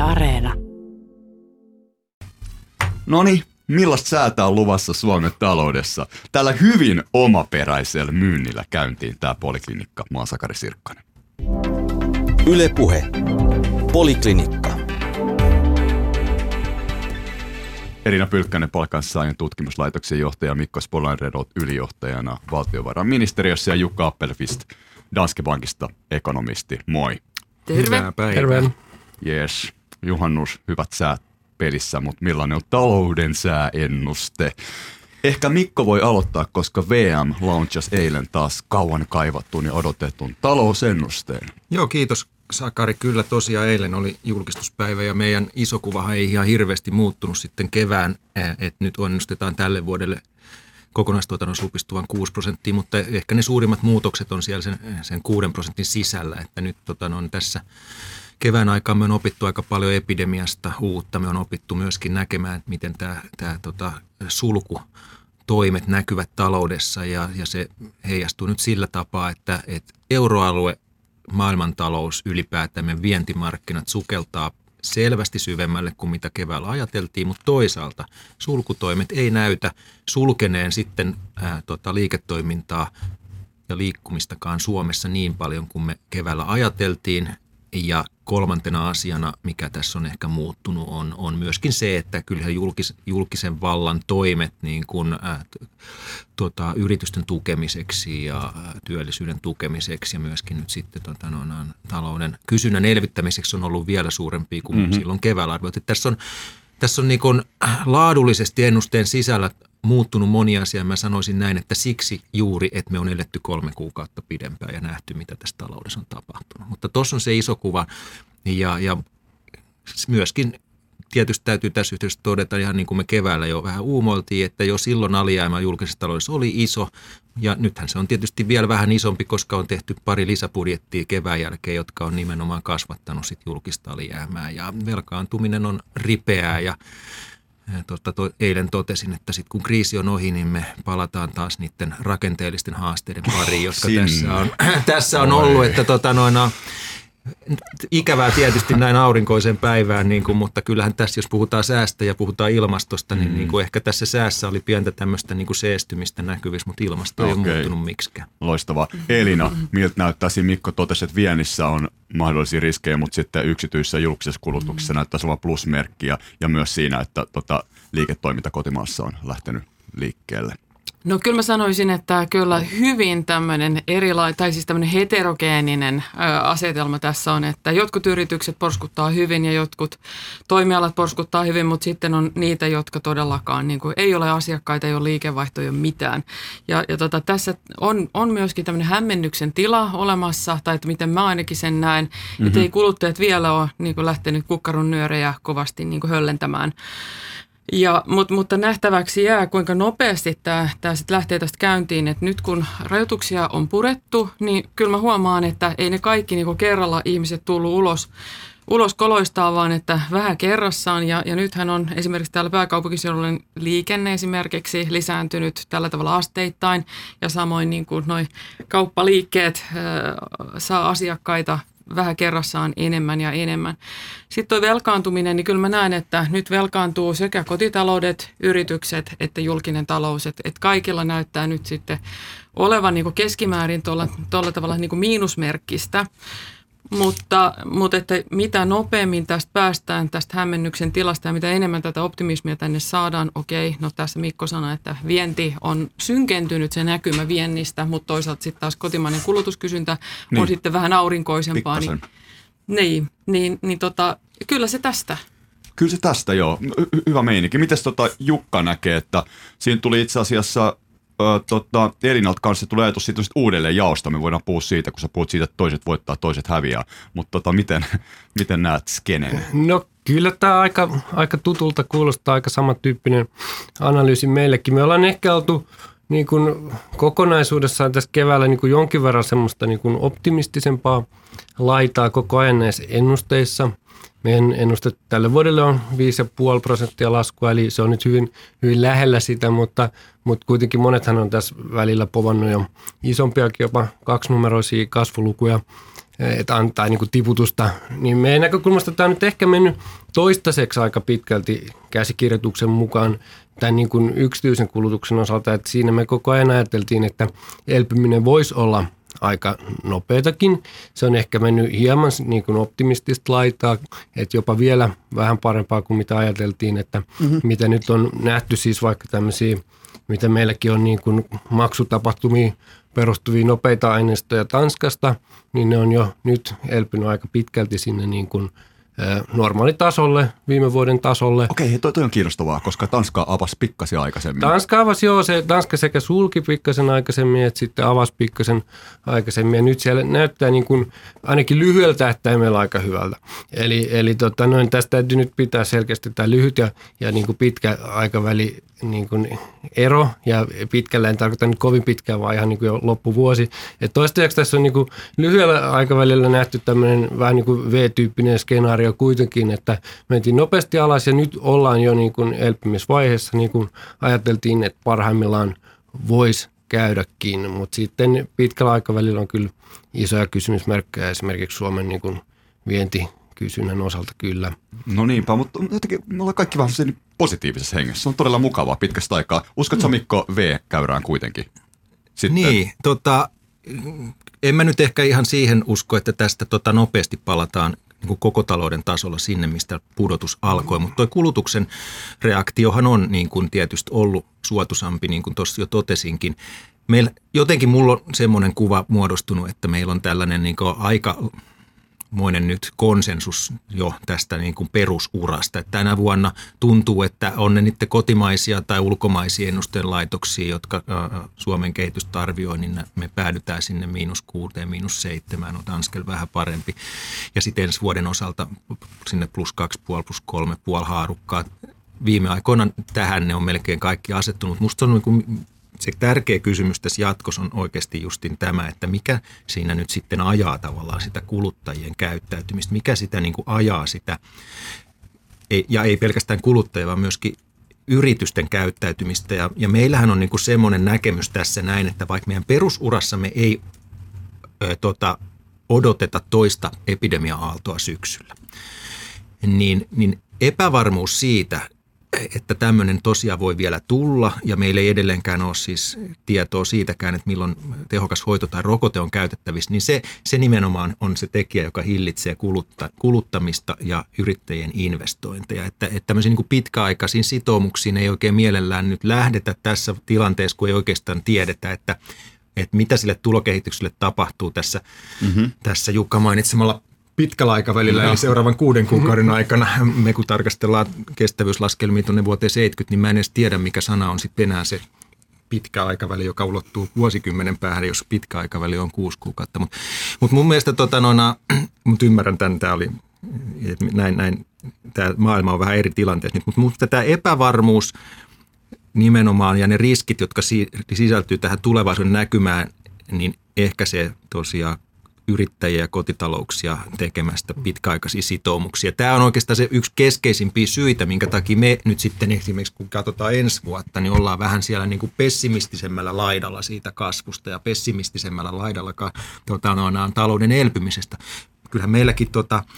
Areena. Noniin, millaista säätä on luvassa Suomen taloudessa? Tällä hyvin omaperäisellä myynnillä käyntiin tämä Poliklinikka. Mä oon Sakari Sirkkanen. Yle Puhe. Poliklinikka. Elina Pylkkänen, Palkansaajan tutkimuslaitoksen johtaja, Mikko Spolanredot ylijohtajana valtiovarainministeriössä ja Jukka Appelqvist Danske Bankista ekonomisti. Moi. Terve. Terve. Yes, juhannus, hyvät säät pelissä, mutta millainen on talouden sääennuste? Ehkä Mikko voi aloittaa, koska VM launchasi eilen taas kauan kaivattuun ja odotetun talousennusteen. Joo, kiitos Sakari. Kyllä tosiaan eilen oli julkistuspäivä ja meidän iso kuvahan ei ihan hirveästi muuttunut sitten kevään, että nyt ennustetaan tälle vuodelle kokonaistuotannon supistuvan 6%, mutta ehkä ne suurimmat muutokset on siellä sen 6% sisällä, että nyt tässä kevään aikaan me on opittu aika paljon epidemiasta uutta, me on opittu myöskin näkemään, että miten tämä sulkutoimet näkyvät taloudessa ja se heijastuu nyt sillä tapaa, että euroalue, maailmantalous ylipäätään, meidän vientimarkkinat sukeltaa selvästi syvemmälle kuin mitä keväällä ajateltiin, mutta toisaalta sulkutoimet ei näytä sulkeneen sitten liiketoimintaa ja liikkumistakaan Suomessa niin paljon kuin me keväällä ajateltiin. Ja kolmantena asiana, mikä tässä on ehkä muuttunut, on myöskin se, että kyllähän julkisen vallan toimet niin kuin, yritysten tukemiseksi ja työllisyyden tukemiseksi ja myöskin nyt sitten talouden kysynnän elvyttämiseksi on ollut vielä suurempia kuin silloin keväällä arvioitiin. Tässä on niin kuin laadullisesti ennusteen sisällä muuttunut moni asia. Mä sanoisin näin, että siksi juuri, että me on eletty 3 kuukautta pidempään ja nähty, mitä tässä taloudessa on tapahtunut. Mutta tuossa on se iso kuva ja myöskin tietysti täytyy tässä yhteydessä todeta, ihan niin kuin me keväällä jo vähän uumoiltiin, että jo silloin alijäämä julkisessa taloudessa oli iso. Ja nythän se on tietysti vielä vähän isompi, koska on tehty pari lisäbudjettia kevään jälkeen, jotka on nimenomaan kasvattanut sit julkista alijäämää. Ja velkaantuminen on ripeää ja eilen totesin, että sitten kun kriisi on ohi, niin me palataan taas niiden rakenteellisten haasteiden pariin, jotka tässä on ollut, että ikävää tietysti näin aurinkoiseen päivään, mutta kyllähän tässä, jos puhutaan säästä ja puhutaan ilmastosta, niin ehkä tässä säässä oli pientä tämmöistä seestymistä näkyvissä, mutta ilmasto ei ole muuttunut miksikään. Loistavaa. Elina, miltä näyttää? Siinä Mikko totesi, että viennissä on mahdollisia riskejä, mutta sitten yksityisessä ja julkisessa kulutuksessa näyttäisi olevan plusmerkkiä ja myös siinä, että liiketoiminta kotimaassa on lähtenyt liikkeelle. No kyllä mä sanoisin, että kyllä hyvin tämmöinen tämmöinen heterogeeninen asetelma tässä on, että jotkut yritykset porskuttaa hyvin ja jotkut toimialat porskuttaa hyvin, mutta sitten on niitä, jotka todellakaan niin kuin, ei ole asiakkaita, ei ole liikevaihtoja, ei ole mitään. Ja tässä on myöskin tämmöinen hämmennyksen tila olemassa, tai että miten mä ainakin sen näen, että ei kuluttajat vielä ole niin kuin lähtenyt kukkaron nyörejä kovasti niin kuin höllentämään. Mutta nähtäväksi jää, kuinka nopeasti tämä sitten lähtee tästä käyntiin, että nyt kun rajoituksia on purettu, niin kyllä mä huomaan, että ei ne kaikki niin kuin kerralla ihmiset tullut ulos koloistaan, vaan että vähän kerrassaan. Ja nythän on esimerkiksi täällä pääkaupunkiseudulla liikenne esimerkiksi lisääntynyt tällä tavalla asteittain ja samoin niin kuin noi kauppaliikkeet saa asiakkaita vähän kerrassaan enemmän ja enemmän. Sitten tuo velkaantuminen, niin kyllä mä näen, että nyt velkaantuu sekä kotitaloudet, yritykset että julkinen talous. Että kaikilla näyttää nyt sitten olevan niin kuin keskimäärin tuolla tavalla niin kuin miinusmerkkistä. Mutta että mitä nopeammin tästä päästään tästä hämmennyksen tilasta ja mitä enemmän tätä optimismia tänne saadaan, okei, no tässä Mikko sanoi, että vienti on synkentynyt se näkymä viennistä, mutta toisaalta sitten taas kotimainen kulutuskysyntä on sitten vähän aurinkoisempaa. Niin, kyllä se tästä. Kyllä se tästä, joo. Hyvä meininki. Mites Jukka näkee, että siinä tuli itse asiassa Elinalta kanssa tulee ajatus siitä uudelleen jaosta. Me voidaan puhua siitä, kun sä puhut siitä, että toiset voittaa, toiset häviää. Mutta miten näet skeneen? No kyllä tämä aika tutulta kuulostaa, aika samantyyppinen analyysi meillekin. Me ollaan ehkä oltu niin kuin kokonaisuudessaan tässä keväällä niin kuin jonkin verran semmoista niin kuin optimistisempaa laitaa koko ajan näissä ennusteissa. Meidän ennuste tälle vuodelle on 5,5% laskua, eli se on nyt hyvin, hyvin lähellä sitä, mutta kuitenkin monethan on tässä välillä povannut jo isompiakin, jopa 2-numeroisia kasvulukuja. että antaa niin kuin tiputusta, niin meidän näkökulmasta tämä on nyt ehkä mennyt toistaiseksi aika pitkälti käsikirjoituksen mukaan tämän niin kuin yksityisen kulutuksen osalta, että siinä me koko ajan ajateltiin, että elpyminen voisi olla aika nopeatakin. Se on ehkä mennyt hieman niin kuin optimistista laitaa, että jopa vielä vähän parempaa kuin mitä ajateltiin, että mitä nyt on nähty siis vaikka tämmöisiä, mitä meilläkin on niin kuin maksutapahtumiin perustuvia nopeita aineistoja Tanskasta, niin ne on jo nyt elpynyt aika pitkälti sinne niin kuin normaalitasolle, viime vuoden tasolle. Okei, toi on kiinnostavaa, koska Tanska avasi pikkasen aikaisemmin. Tanska avasi Tanska sekä sulki pikkasen aikaisemmin, että sitten avasi pikkasen aikaisemmin. Ja nyt siellä näyttää niin kuin ainakin lyhyellä tähtäimellä aika hyvältä. Eli tästä täytyy nyt pitää selkeästi tämä lyhyt ja niin kuin pitkä aikaväli niin kuin ero. Ja pitkällä en tarkoita nyt kovin pitkään, vaan ihan niin kuin jo loppuvuosi. Et toistaiseksi tässä on niin kuin lyhyellä aikavälillä nähty tämmöinen vähän niin kuin V-tyyppinen skenaario kuitenkin, että mentiin nopeasti alas ja nyt ollaan jo niin kuin elpymisvaiheessa, niin kuin ajateltiin, että parhaimmillaan voisi käydäkin, mutta sitten pitkällä aikavälillä on kyllä isoja kysymysmerkkejä esimerkiksi Suomen niin kuin vientikysynnän osalta kyllä. No niinpä, mutta jotenkin me ollaan kaikki vähän positiivisessa hengessä. Se on todella mukavaa pitkästä aikaa. Uskotko Mikko V-käyrään kuitenkin? Sitten. Niin, en mä nyt ehkä ihan siihen usko, että tästä nopeasti palataan niin kuin koko talouden tasolla sinne, mistä pudotus alkoi. Mutta tuo kulutuksen reaktiohan on niin kuin tietysti ollut suotuisampi, niin kuin tuossa jo totesinkin. Jotenkin mulla on semmoinen kuva muodostunut, että meillä on tällainen niin kuin aikamoinen nyt konsensus jo tästä niin kuin perusurasta. Että tänä vuonna tuntuu, että on ne niitä kotimaisia tai ulkomaisia ennusteenlaitoksia, jotka Suomen kehitystä arvioi, niin me päädytään sinne -6, -7, on Danskel vähän parempi. Ja sitten ensi vuoden osalta sinne +2,5, +3,5 haarukkaa. Viime aikoina tähän ne on melkein kaikki asettunut. Musta on niin kuin se tärkeä kysymys tässä jatkossa on oikeasti justin tämä, että mikä siinä nyt sitten ajaa tavallaan sitä kuluttajien käyttäytymistä, mikä sitä niin kuin ajaa sitä, ja ei pelkästään kuluttajia, vaan myöskin yritysten käyttäytymistä. Ja meillähän on niin kuin semmoinen näkemys tässä näin, että vaikka meidän perusurassamme ei odoteta toista epidemia-aaltoa syksyllä, niin epävarmuus siitä, että tämmöinen tosiaan voi vielä tulla ja meillä ei edelleenkään ole siis tietoa siitäkään, että milloin tehokas hoito tai rokote on käytettävissä, niin se nimenomaan on se tekijä, joka hillitsee kuluttamista ja yrittäjien investointeja. Että tämmöisiin niin kuin pitkäaikaisiin sitoumuksiin ei oikein mielellään nyt lähdetä tässä tilanteessa, kun ei oikeastaan tiedetä, että mitä sille tulokehitykselle tapahtuu tässä Jukka mainitsemalla pitkällä aikavälillä, eli seuraavan 6 kuukauden aikana. Me kun tarkastellaan kestävyyslaskelmia tuonne vuoteen 70, niin mä en edes tiedä, mikä sana on sitten enää se pitkä aikaväli, joka ulottuu vuosikymmenen päähän, jos pitkä aikaväli on 6 kuukautta. Mutta mun mielestä, mutta ymmärrän tämän, tämä oli, näin, tämä maailma on vähän eri tilanteessa nyt, mutta tämä epävarmuus nimenomaan ja ne riskit, jotka sisältyy tähän tulevaisuuden näkymään, niin ehkä se tosiaan yrittäjiä ja kotitalouksia tekemästä pitkäaikaisia sitoumuksia. Tämä on oikeastaan se yksi keskeisimpiä syitä, minkä takia me nyt sitten esimerkiksi, kun katsotaan ensi vuotta, niin ollaan vähän siellä niin kuin pessimistisemmällä laidalla siitä kasvusta ja pessimistisemmällä laidalla talouden elpymisestä. Kyllähän meilläkin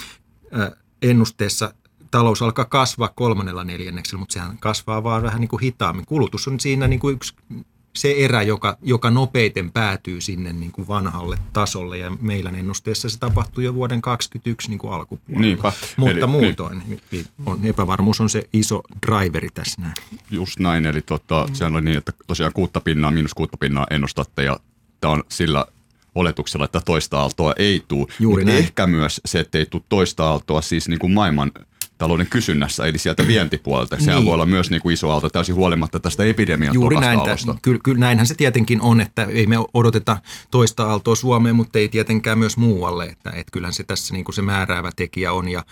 ennusteessa talous alkaa kasvaa 3. neljänneksellä, mutta sehän kasvaa vaan vähän niin kuin hitaammin. Kulutus on siinä niin kuin yksi se erä, joka nopeiten päätyy sinne niin kuin vanhalle tasolle, ja meillä ennusteessa se tapahtuu jo vuoden 2021 niin kuin alkupuolella. Niinpä. Mutta muutoin epävarmuus on se iso driveri tässä näin. Just näin, eli sehän oli niin, että tosiaan -6 ennustatte, ja tämä on sillä oletuksella, että toista aaltoa ei tule. Juuri näin. Ehkä myös se, että ei tule toista aaltoa siis niin kuin maailman talouden kysynnässä, eli sieltä vientipuolelta. Sehän voi olla myös niin kuin iso aalto täysin huolimatta tästä epidemian aallosta. Kyllä näinhän se tietenkin on, että ei me odoteta toista aaltoa Suomeen, mutta ei tietenkään myös muualle. Että kyllähän se tässä niin kuin se määräävä tekijä on ja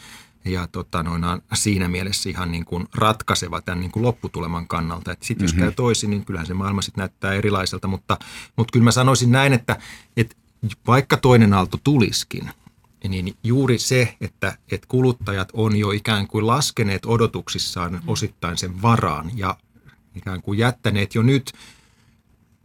siinä mielessä ihan niin kuin ratkaiseva tämän niin kuin lopputuleman kannalta. Sitten jos käy toisin, niin kyllähän se maailma sitten näyttää erilaiselta, mutta kyllä mä sanoisin näin, että vaikka toinen aalto tulisikin, niin juuri se, että kuluttajat on jo ikään kuin laskeneet odotuksissaan osittain sen varaan ja ikään kuin jättäneet jo nyt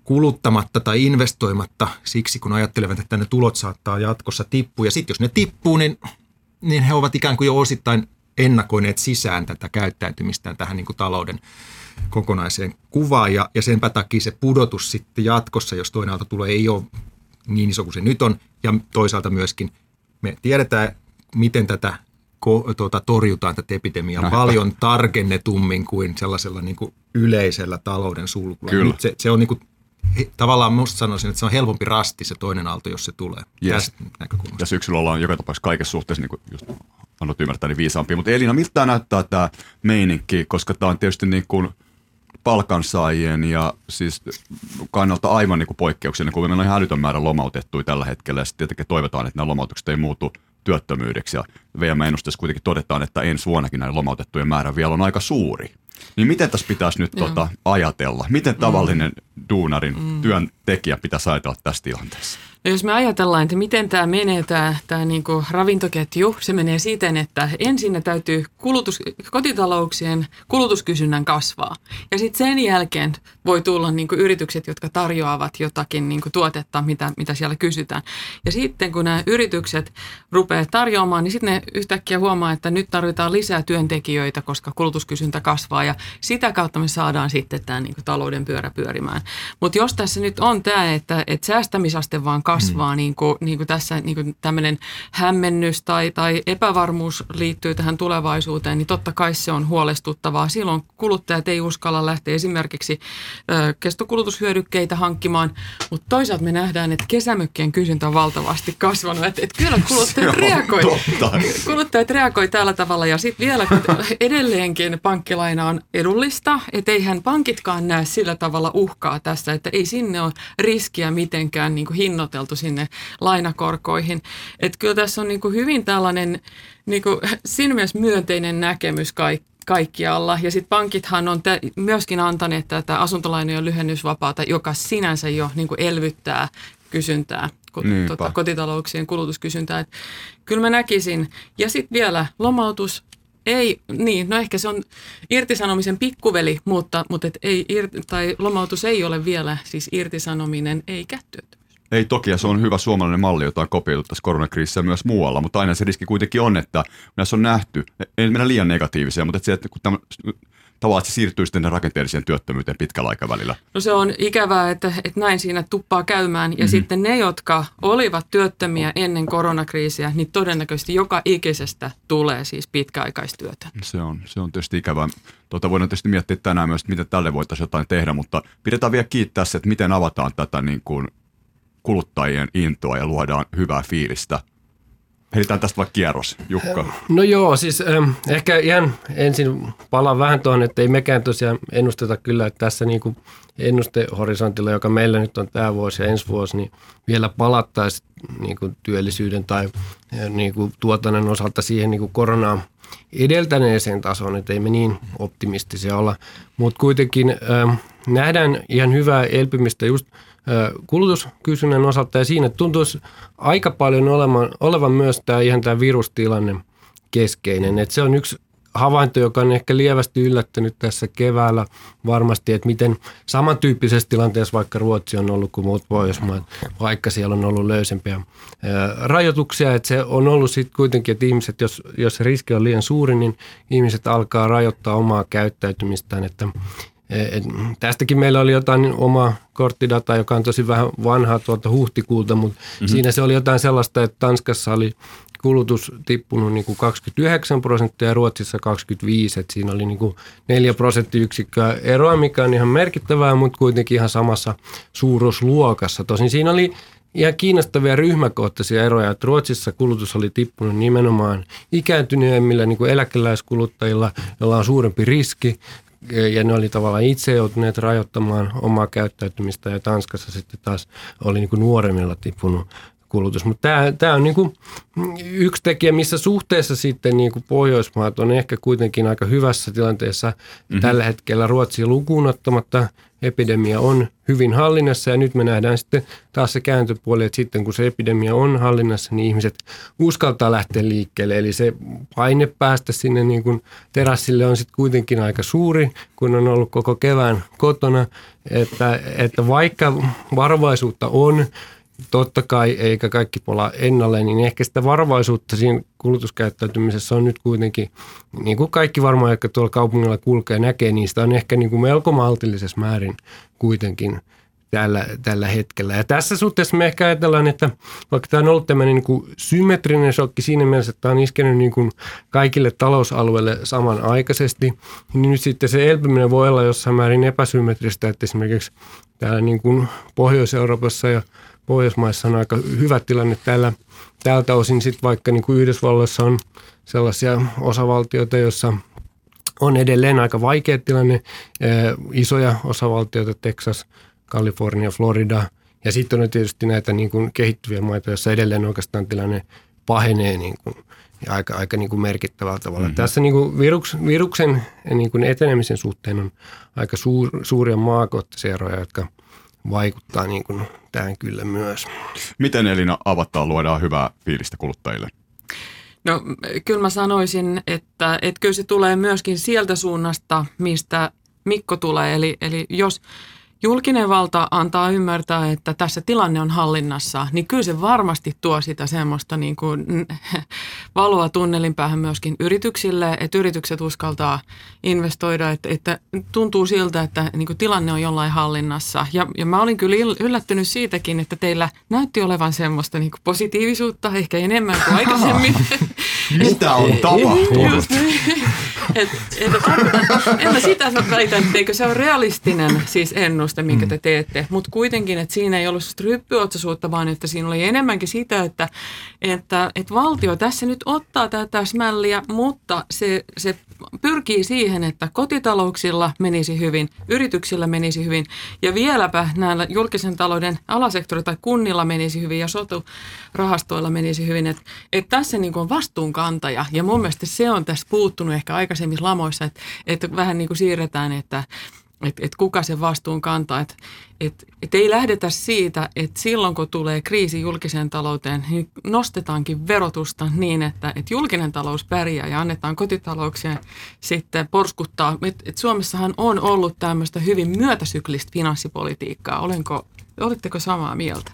kuluttamatta tai investoimatta siksi, kun ajattelevat, että ne tulot saattaa jatkossa tippua. Ja sitten jos ne tippuu, niin he ovat ikään kuin jo osittain ennakoineet sisään tätä käyttäytymistään tähän niin kuin talouden kokonaiseen kuvaan. Ja senpä takia se pudotus sitten jatkossa, jos toinen aalto tulee, ei ole niin iso kuin se nyt on. Ja toisaalta myöskin me tiedetään, miten tätä torjutaan tätä epidemiaa paljon tarkennetummin kuin sellaisella niin kuin yleisellä talouden sulkulla. Nyt se on niin kuin, tavallaan musta sanoisin, että se on helpompi rasti se toinen aalto, jos se tulee. Yes. Ja syksyllä ollaan joka tapauksessa kaikessa suhteessa, niin kuin just annot ymmärtää, niin viisaampia. Mutta Elina, miltä tämä näyttää tämä meininki, koska tämä on tietysti niin kuin palkansaajien ja siis kannalta aivan niin kuin poikkeuksellinen, kun meillä on ihan älytön määrä lomautettuja tällä hetkellä ja sitten tietenkin toivotaan, että nämä lomautukset ei muutu työttömyydeksi ja VM-ennusteessa kuitenkin todetaan, että ensi vuonnakin näiden lomautettujen määrä vielä on aika suuri. Niin miten tässä pitäisi nyt ajatella? Miten tavallinen duunarin työntekijä pitäisi ajatella tässä tilanteessa? No jos me ajatellaan, että miten tämä menee, tämä niinku ravintoketju, se menee siten, että ensin täytyy kotitalouksien kulutuskysynnän kasvaa. Ja sitten sen jälkeen voi tulla niinku yritykset, jotka tarjoavat jotakin niinku tuotetta, mitä siellä kysytään. Ja sitten kun nämä yritykset rupeaa tarjoamaan, niin sitten ne yhtäkkiä huomaa, että nyt tarvitaan lisää työntekijöitä, koska kulutuskysyntä kasvaa. Ja sitä kautta me saadaan sitten tämä niinku talouden pyörä pyörimään. Mutta jos tässä nyt on tämä, että säästämisaste vaan kasvaa, niin kuin tässä niin tämmöinen hämmennys tai epävarmuus liittyy tähän tulevaisuuteen, niin totta kai se on huolestuttavaa. Silloin kuluttajat ei uskalla lähteä esimerkiksi kestokulutushyödykkeitä hankkimaan, mutta toisaalta me nähdään, että kesämökkien kysyntä on valtavasti kasvanut. Että kyllä kuluttajat reagoi tällä tavalla ja sitten vielä edelleenkin pankkilaina on edullista, että eihän pankitkaan näe sillä tavalla uhkaa tässä, että ei sinne ole riskiä mitenkään niin kuin hinnoiteltu sinne lainakorkoihin. Että kyllä tässä on niin kuin hyvin tällainen niin kuin siinä mielessä myönteinen näkemys kaikkialla. Ja sitten pankithan on myöskin antaneet tätä asuntolainojen lyhennysvapaata, joka sinänsä jo niin kuin elvyttää kysyntää, kotitalouksien kulutuskysyntää. Et kyllä mä näkisin. Ja sitten vielä lomautus. Ei, niin, no ehkä se on irtisanomisen pikkuveli, mutta lomautus ei ole vielä siis irtisanominen eikä työttömyys. Ei toki, ja se on hyvä suomalainen malli, jota on kopioitu tässä koronakriisissä myös muualla, mutta aina se riski kuitenkin on, että näissä on nähty, ei mennä liian negatiivisia, mutta että kun tavallaan se siirtyy sitten rakenteelliseen työttömyyteen pitkällä aikavälillä. No se on ikävää, että näin siinä tuppaa käymään. Ja sitten ne, jotka olivat työttömiä ennen koronakriisiä, niin todennäköisesti joka ikisestä tulee siis pitkäaikaistyötä. Se on tietysti ikävää. Voidaan tietysti miettiä tänään myös, että miten tälle voitaisiin jotain tehdä, mutta pidetään vielä kiinni tässä, että miten avataan tätä niin kuin kuluttajien intoa ja luodaan hyvää fiilistä. Heitään tästä vaikka kierros, Jukka. No joo, siis ehkä ihan ensin palaan vähän tuohon, että ei mekään tosiaan ennusteta kyllä, että tässä niin kuin ennustehorisontilla, joka meillä nyt on tämä vuosi ja ensi vuosi, niin vielä palattaisiin niin kuin työllisyyden tai niin kuin tuotannon osalta siihen niin kuin koronaa edeltäneeseen tasoon, että ei me niin optimistisia olla, mutta kuitenkin nähdään ihan hyvää elpymistä just kulutuskysynnän osalta ja siinä tuntuisi aika paljon olevan myös tämä virustilanne keskeinen. Että se on yksi havainto, joka on ehkä lievästi yllättänyt tässä keväällä varmasti, että miten samantyyppisessä tilanteessa vaikka Ruotsi on ollut kuin muut Pohjoismaat, vaikka siellä on ollut löysempiä rajoituksia. Että se on ollut sitten kuitenkin, että ihmiset, jos se riski on liian suuri, niin ihmiset alkaa rajoittaa omaa käyttäytymistään, että tästäkin meillä oli jotain omaa korttidataa, joka on tosi vähän vanhaa tuolta huhtikuulta, mutta siinä se oli jotain sellaista, että Tanskassa oli kulutus tippunut niin kuin 29% ja Ruotsissa 25%, että siinä oli niin kuin 4 prosenttiyksikköä eroa, mikä on ihan merkittävää, mutta kuitenkin ihan samassa suuruusluokassa. Tosin siinä oli ihan kiinnostavia ryhmäkohtaisia eroja, että Ruotsissa kulutus oli tippunut nimenomaan ikääntyneemmillä niin kuin eläkeläiskuluttajilla, joilla on suurempi riski, ja ne oli tavallaan itse joutuneet rajoittamaan omaa käyttäytymistä ja Tanskassa sitten taas oli niin kuin nuoremmilla tippunut kulutus. Mutta tämä on niin kuin yksi tekijä, missä suhteessa sitten niin kuin Pohjoismaat on ehkä kuitenkin aika hyvässä tilanteessa tällä hetkellä Ruotsia lukuun ottamatta. epidemia on hyvin hallinnassa ja nyt me nähdään sitten taas se kääntöpuoli, että sitten kun se epidemia on hallinnassa, niin ihmiset uskaltaa lähteä liikkeelle. Eli se paine päästä sinne niin kuin terassille on sitten kuitenkin aika suuri, kun on ollut koko kevään kotona, että vaikka varovaisuutta on, totta kai, eikä kaikki pola ennalleen, niin ehkä sitä varovaisuutta siinä kulutuskäyttäytymisessä on nyt kuitenkin, niin kuin kaikki varmaan, jotka tuolla kaupungilla kulkee ja näkee, niin sitä on ehkä niin kuin melko maltillisessa määrin kuitenkin tällä hetkellä. Ja tässä suhteessa me ehkä ajatellaan, että vaikka tämä on ollut tämmöinen niin kuin symmetrinen shokki siinä mielessä, että tämä on iskenyt niin kuin kaikille talousalueille samanaikaisesti, niin nyt sitten se elpyminen voi olla jossain määrin epäsymmetristä, että esimerkiksi täällä niin kuin Pohjois-Euroopassa ja Pohjoismaissa on aika hyvä tilanne tältä osin. Sitten vaikka niin kuin Yhdysvalloissa on sellaisia osavaltioita, joissa on edelleen aika vaikea tilanne, isoja osavaltioita, Texas, Kalifornia, Florida. Ja sitten on tietysti näitä niin kuin kehittyviä maita, joissa edelleen oikeastaan tilanne pahenee niin kuin, ja aika niin kuin merkittävällä tavalla. Mm-hmm. Tässä niin kuin viruksen niin kuin etenemisen suhteen on aika suuria maakohtaisia eroja, jotka vaikuttaa niin kuin tähän kyllä myös. Miten Elina avataan, luodaan hyvää fiilistä kuluttajille? No kyllä mä sanoisin, että kyllä se tulee myöskin sieltä suunnasta, mistä Mikko tulee. Eli jos julkinen valta antaa ymmärtää, että tässä tilanne on hallinnassa, niin kyllä se varmasti tuo sitä semmoista niin kuin valoa tunnelin päähän myöskin yrityksille, että yritykset uskaltaa investoida, että tuntuu siltä, että niin kuin tilanne on jollain hallinnassa. Ja mä olin kyllä yllättynyt siitäkin, että teillä näytti olevan semmoista niin kuin positiivisuutta ehkä enemmän kuin aikaisemmin. Mitä on tapahtunut? En mä sitä väitän, etteikö se ole realistinen siis ennuste, minkä te teette, mutta kuitenkin, että siinä ei ollut ryppyotsaisuutta, vaan että siinä oli enemmänkin sitä, että valtio tässä nyt ottaa tätä smälliä, mutta se pyrkii siihen, että kotitalouksilla menisi hyvin, yrityksillä menisi hyvin ja vieläpä näillä julkisen talouden alasektorilla tai kunnilla menisi hyvin ja soturahastoilla menisi hyvin, että tässä niin kuin on vastuunkantaja ja mun mielestä se on tässä puuttunut ehkä aikaisemmissa lamoissa, että vähän niin kuin siirretään, että kuka sen vastuun kantaa. Että ei lähdetä siitä, että silloin kun tulee kriisi julkiseen talouteen, niin nostetaankin verotusta niin, että julkinen talous pärjää ja annetaan kotitalouksien sitten porskuttaa. Suomessahan on ollut tämmöistä hyvin myötäsyklistä finanssipolitiikkaa. Oletteko samaa mieltä?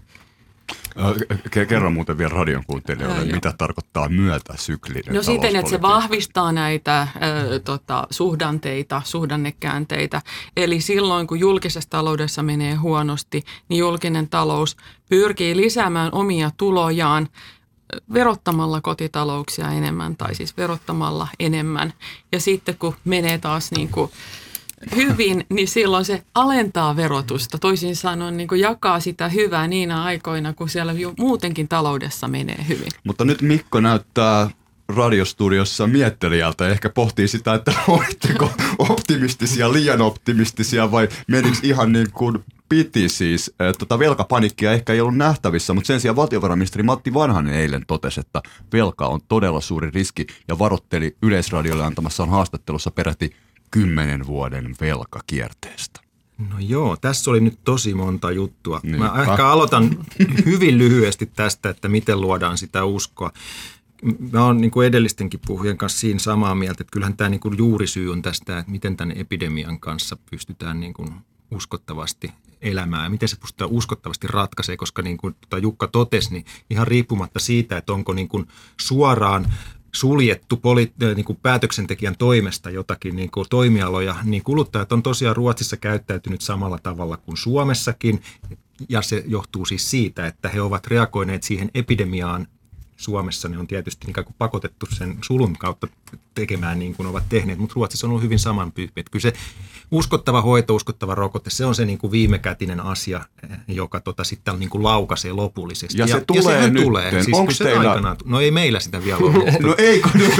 Kerro muuten vielä radion kuuntelijoille, mitä tarkoittaa myötäsyklinen No siten, että se vahvistaa näitä suhdanteita, suhdannekäänteitä. Eli silloin, kun julkisessa taloudessa menee huonosti, niin julkinen talous pyrkii lisäämään omia tulojaan verottamalla kotitalouksia enemmän tai siis verottamalla enemmän. Ja sitten kun menee taas niin kuin hyvin, niin silloin se alentaa verotusta. Toisin sanoen niin kuin jakaa sitä hyvää niinä aikoina, kun siellä muutenkin taloudessa menee hyvin. Mutta nyt Mikko näyttää radiostudiossa miettelijältä. Ehkä pohtii sitä, että olitteko optimistisia, liian optimistisia vai menikö ihan niin kuin piti siis. Velkapanikkia ehkä ei ollut nähtävissä, mutta sen sijaan valtiovarainministeri Matti Vanhanen eilen totesi, että velka on todella suuri riski ja varoitteli Yleisradiolle antamassaan haastattelussa peräti 10 vuoden velkakierteestä. No joo, tässä oli nyt tosi monta juttua. Niin. Mä ehkä aloitan hyvin lyhyesti tästä, että miten luodaan sitä uskoa. Mä oon niin kuin edellistenkin puhujien kanssa siinä samaa mieltä, että kyllähän tämä niin kuin juurisyy on tästä, että miten tämän epidemian kanssa pystytään niin kuin uskottavasti elämään ja miten se pystytään uskottavasti ratkaisemaan, koska niin kuin Jukka totesi, niin ihan riippumatta siitä, että onko niin kuin suoraan suljettu niin kuin päätöksentekijän toimesta jotakin niin kuin toimialoja, niin kuluttajat on tosiaan Ruotsissa käyttäytynyt samalla tavalla kuin Suomessakin, ja se johtuu siis siitä, että he ovat reagoineet siihen epidemiaan. Suomessa ne on tietysti niin kuin pakotettu sen sulun kautta tekemään niin kuin ovat tehneet, mutta Ruotsissa on ollut hyvin samantyyppi. Kyllä se uskottava hoito, uskottava rokote, se on se niin kuin viimekätinen asia, joka sitten niin kuin laukaisee lopullisesti. Ja se tulee nyt. Siis onko teillä? Aikanaan, no ei meillä sitä vielä ole. No ei, kun nyt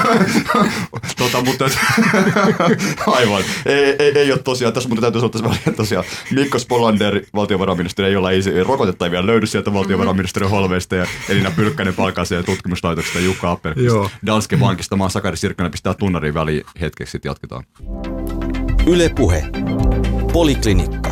on. Mutta aivan. Ei ole tosiaan. Tässä mutta täytyy sanoa, että tosiaan Mikko Spolander, valtiovarainministeri, ei olla rokotetta ei vielä löydy sieltä valtiovarainministeriön holveista ja Elina Pylkkänen palkaisee tutkimuslaitoksesta Jukka Appelqvist Danske Bankista. Mä oon Sakari Sirkkanen, pistää tunnarin väliin hetkeksi, sitten jatketaan. Yle Puhe. Poliklinikka.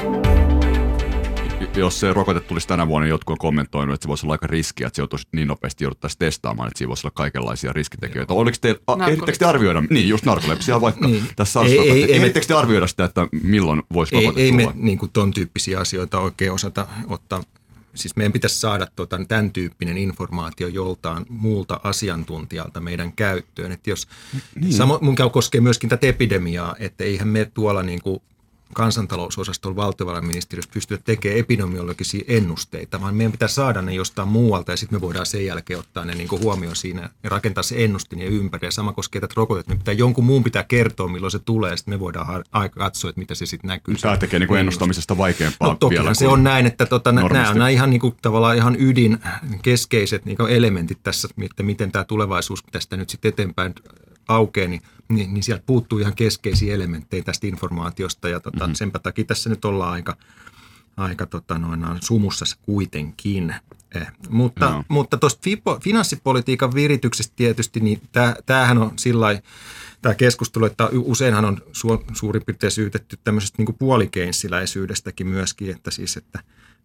Jos se rokote tulisi tänä vuonna, niin jotkut on kommentoinut, että se voisi olla aika riskiä, että se joutuisi niin nopeasti jouduttaisiin testaamaan, että siinä voisi olla kaikenlaisia riskitekijöitä. Ehdittekö te arvioida, niin just narkolepsia vaikka tässä ehdittekö te arvioida sitä, että milloin voisi rokote tulla? Ei me niin kuin ton tyyppisiä asioita oikein osata ottaa. Siis meidän pitäisi saada tämän tyyppinen informaatio joltain muulta asiantuntijalta meidän käyttöön. Että jos, mun koskee myöskin tätä epidemiaa, että eihän me tuolla niin kuin kansantalousosastolla valtiovarainministeriössä pystyä tekemään epidemiologisia ennusteita, vaan meidän pitää saada ne jostain muualta ja sitten me voidaan sen jälkeen ottaa ne niin kuin huomioon siinä ja rakentaa se ennuste niiden ympäri. Ja sama koskee tätä rokotetta. Me pitää jonkun muun pitää kertoa, milloin se tulee ja sitten me voidaan katsoa, että mitä se sitten näkyy. Tämä tekee niin kuin ennustamisesta vaikeampaa. No tokihan se on näin, että nämä on ihan, niin kuin, tavallaan ihan keskeiset niin kuin elementit tässä, että miten tämä tulevaisuus tästä nyt sitten eteenpäin aukeaa, niin sieltä puuttuu ihan keskeisiä elementtejä tästä informaatiosta ja senpä takia tässä nyt ollaan aika sumussa kuitenkin. Mutta tuosta finanssipolitiikan virityksestä tietysti, niin tämähän on sillai, tämä keskustelu, että useinhan on suurin piirtein syytetty tämmöisestä niin kuin puolikeinsiläisyydestäkin myöskin, että siis, että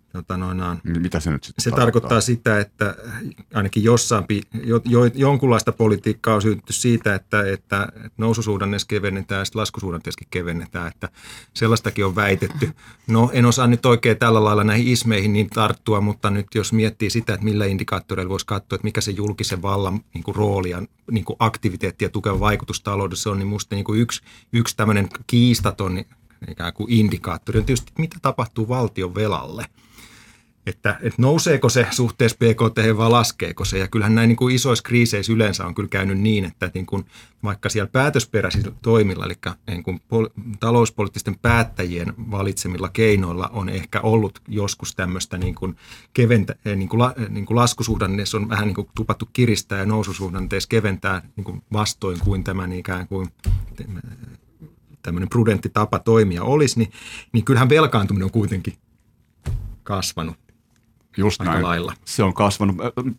mitä se nyt sitten se tarkoittaa sitä, että ainakin jonkunlaista politiikkaa on syytetty siitä, että noususuhdanteessa kevennetään ja sitten laskusuhdanteessakin kevennetään, että sellaistakin on väitetty. No en osaa nyt oikein tällä lailla näihin ismeihin niin tarttua, mutta nyt jos miettii sitä, että millä indikaattoreilla voisi katsoa, että mikä se julkisen vallan niin kuin rooli ja niin kuin aktiviteetti ja tukeva vaikutus taloudessa on, niin musta niin kuin yksi tämmöinen kiistaton ikään kuin indikaattori on tietysti, mitä tapahtuu valtion velalle. Että nouseeko se suhteessa BKT vai laskeeko se. Ja kyllähän näin niin kuin isoissa kriiseissä yleensä on kyllä käynyt niin, että niin kuin vaikka siellä päätösperäisillä toimilla, eli niin kuin talouspoliittisten päättäjien valitsemilla keinoilla on ehkä ollut joskus tämmöistä niin kuin niin kuin laskusuhdanteessa on vähän niin kuin tupattu kiristää ja noususuhdanteessa keventää niin kuin vastoin kuin tämän ikään kuin tämmöinen prudentti tapa toimia olisi, niin kyllähän velkaantuminen on kuitenkin kasvanut. Just aika näin. Lailla. Se on kasvanut.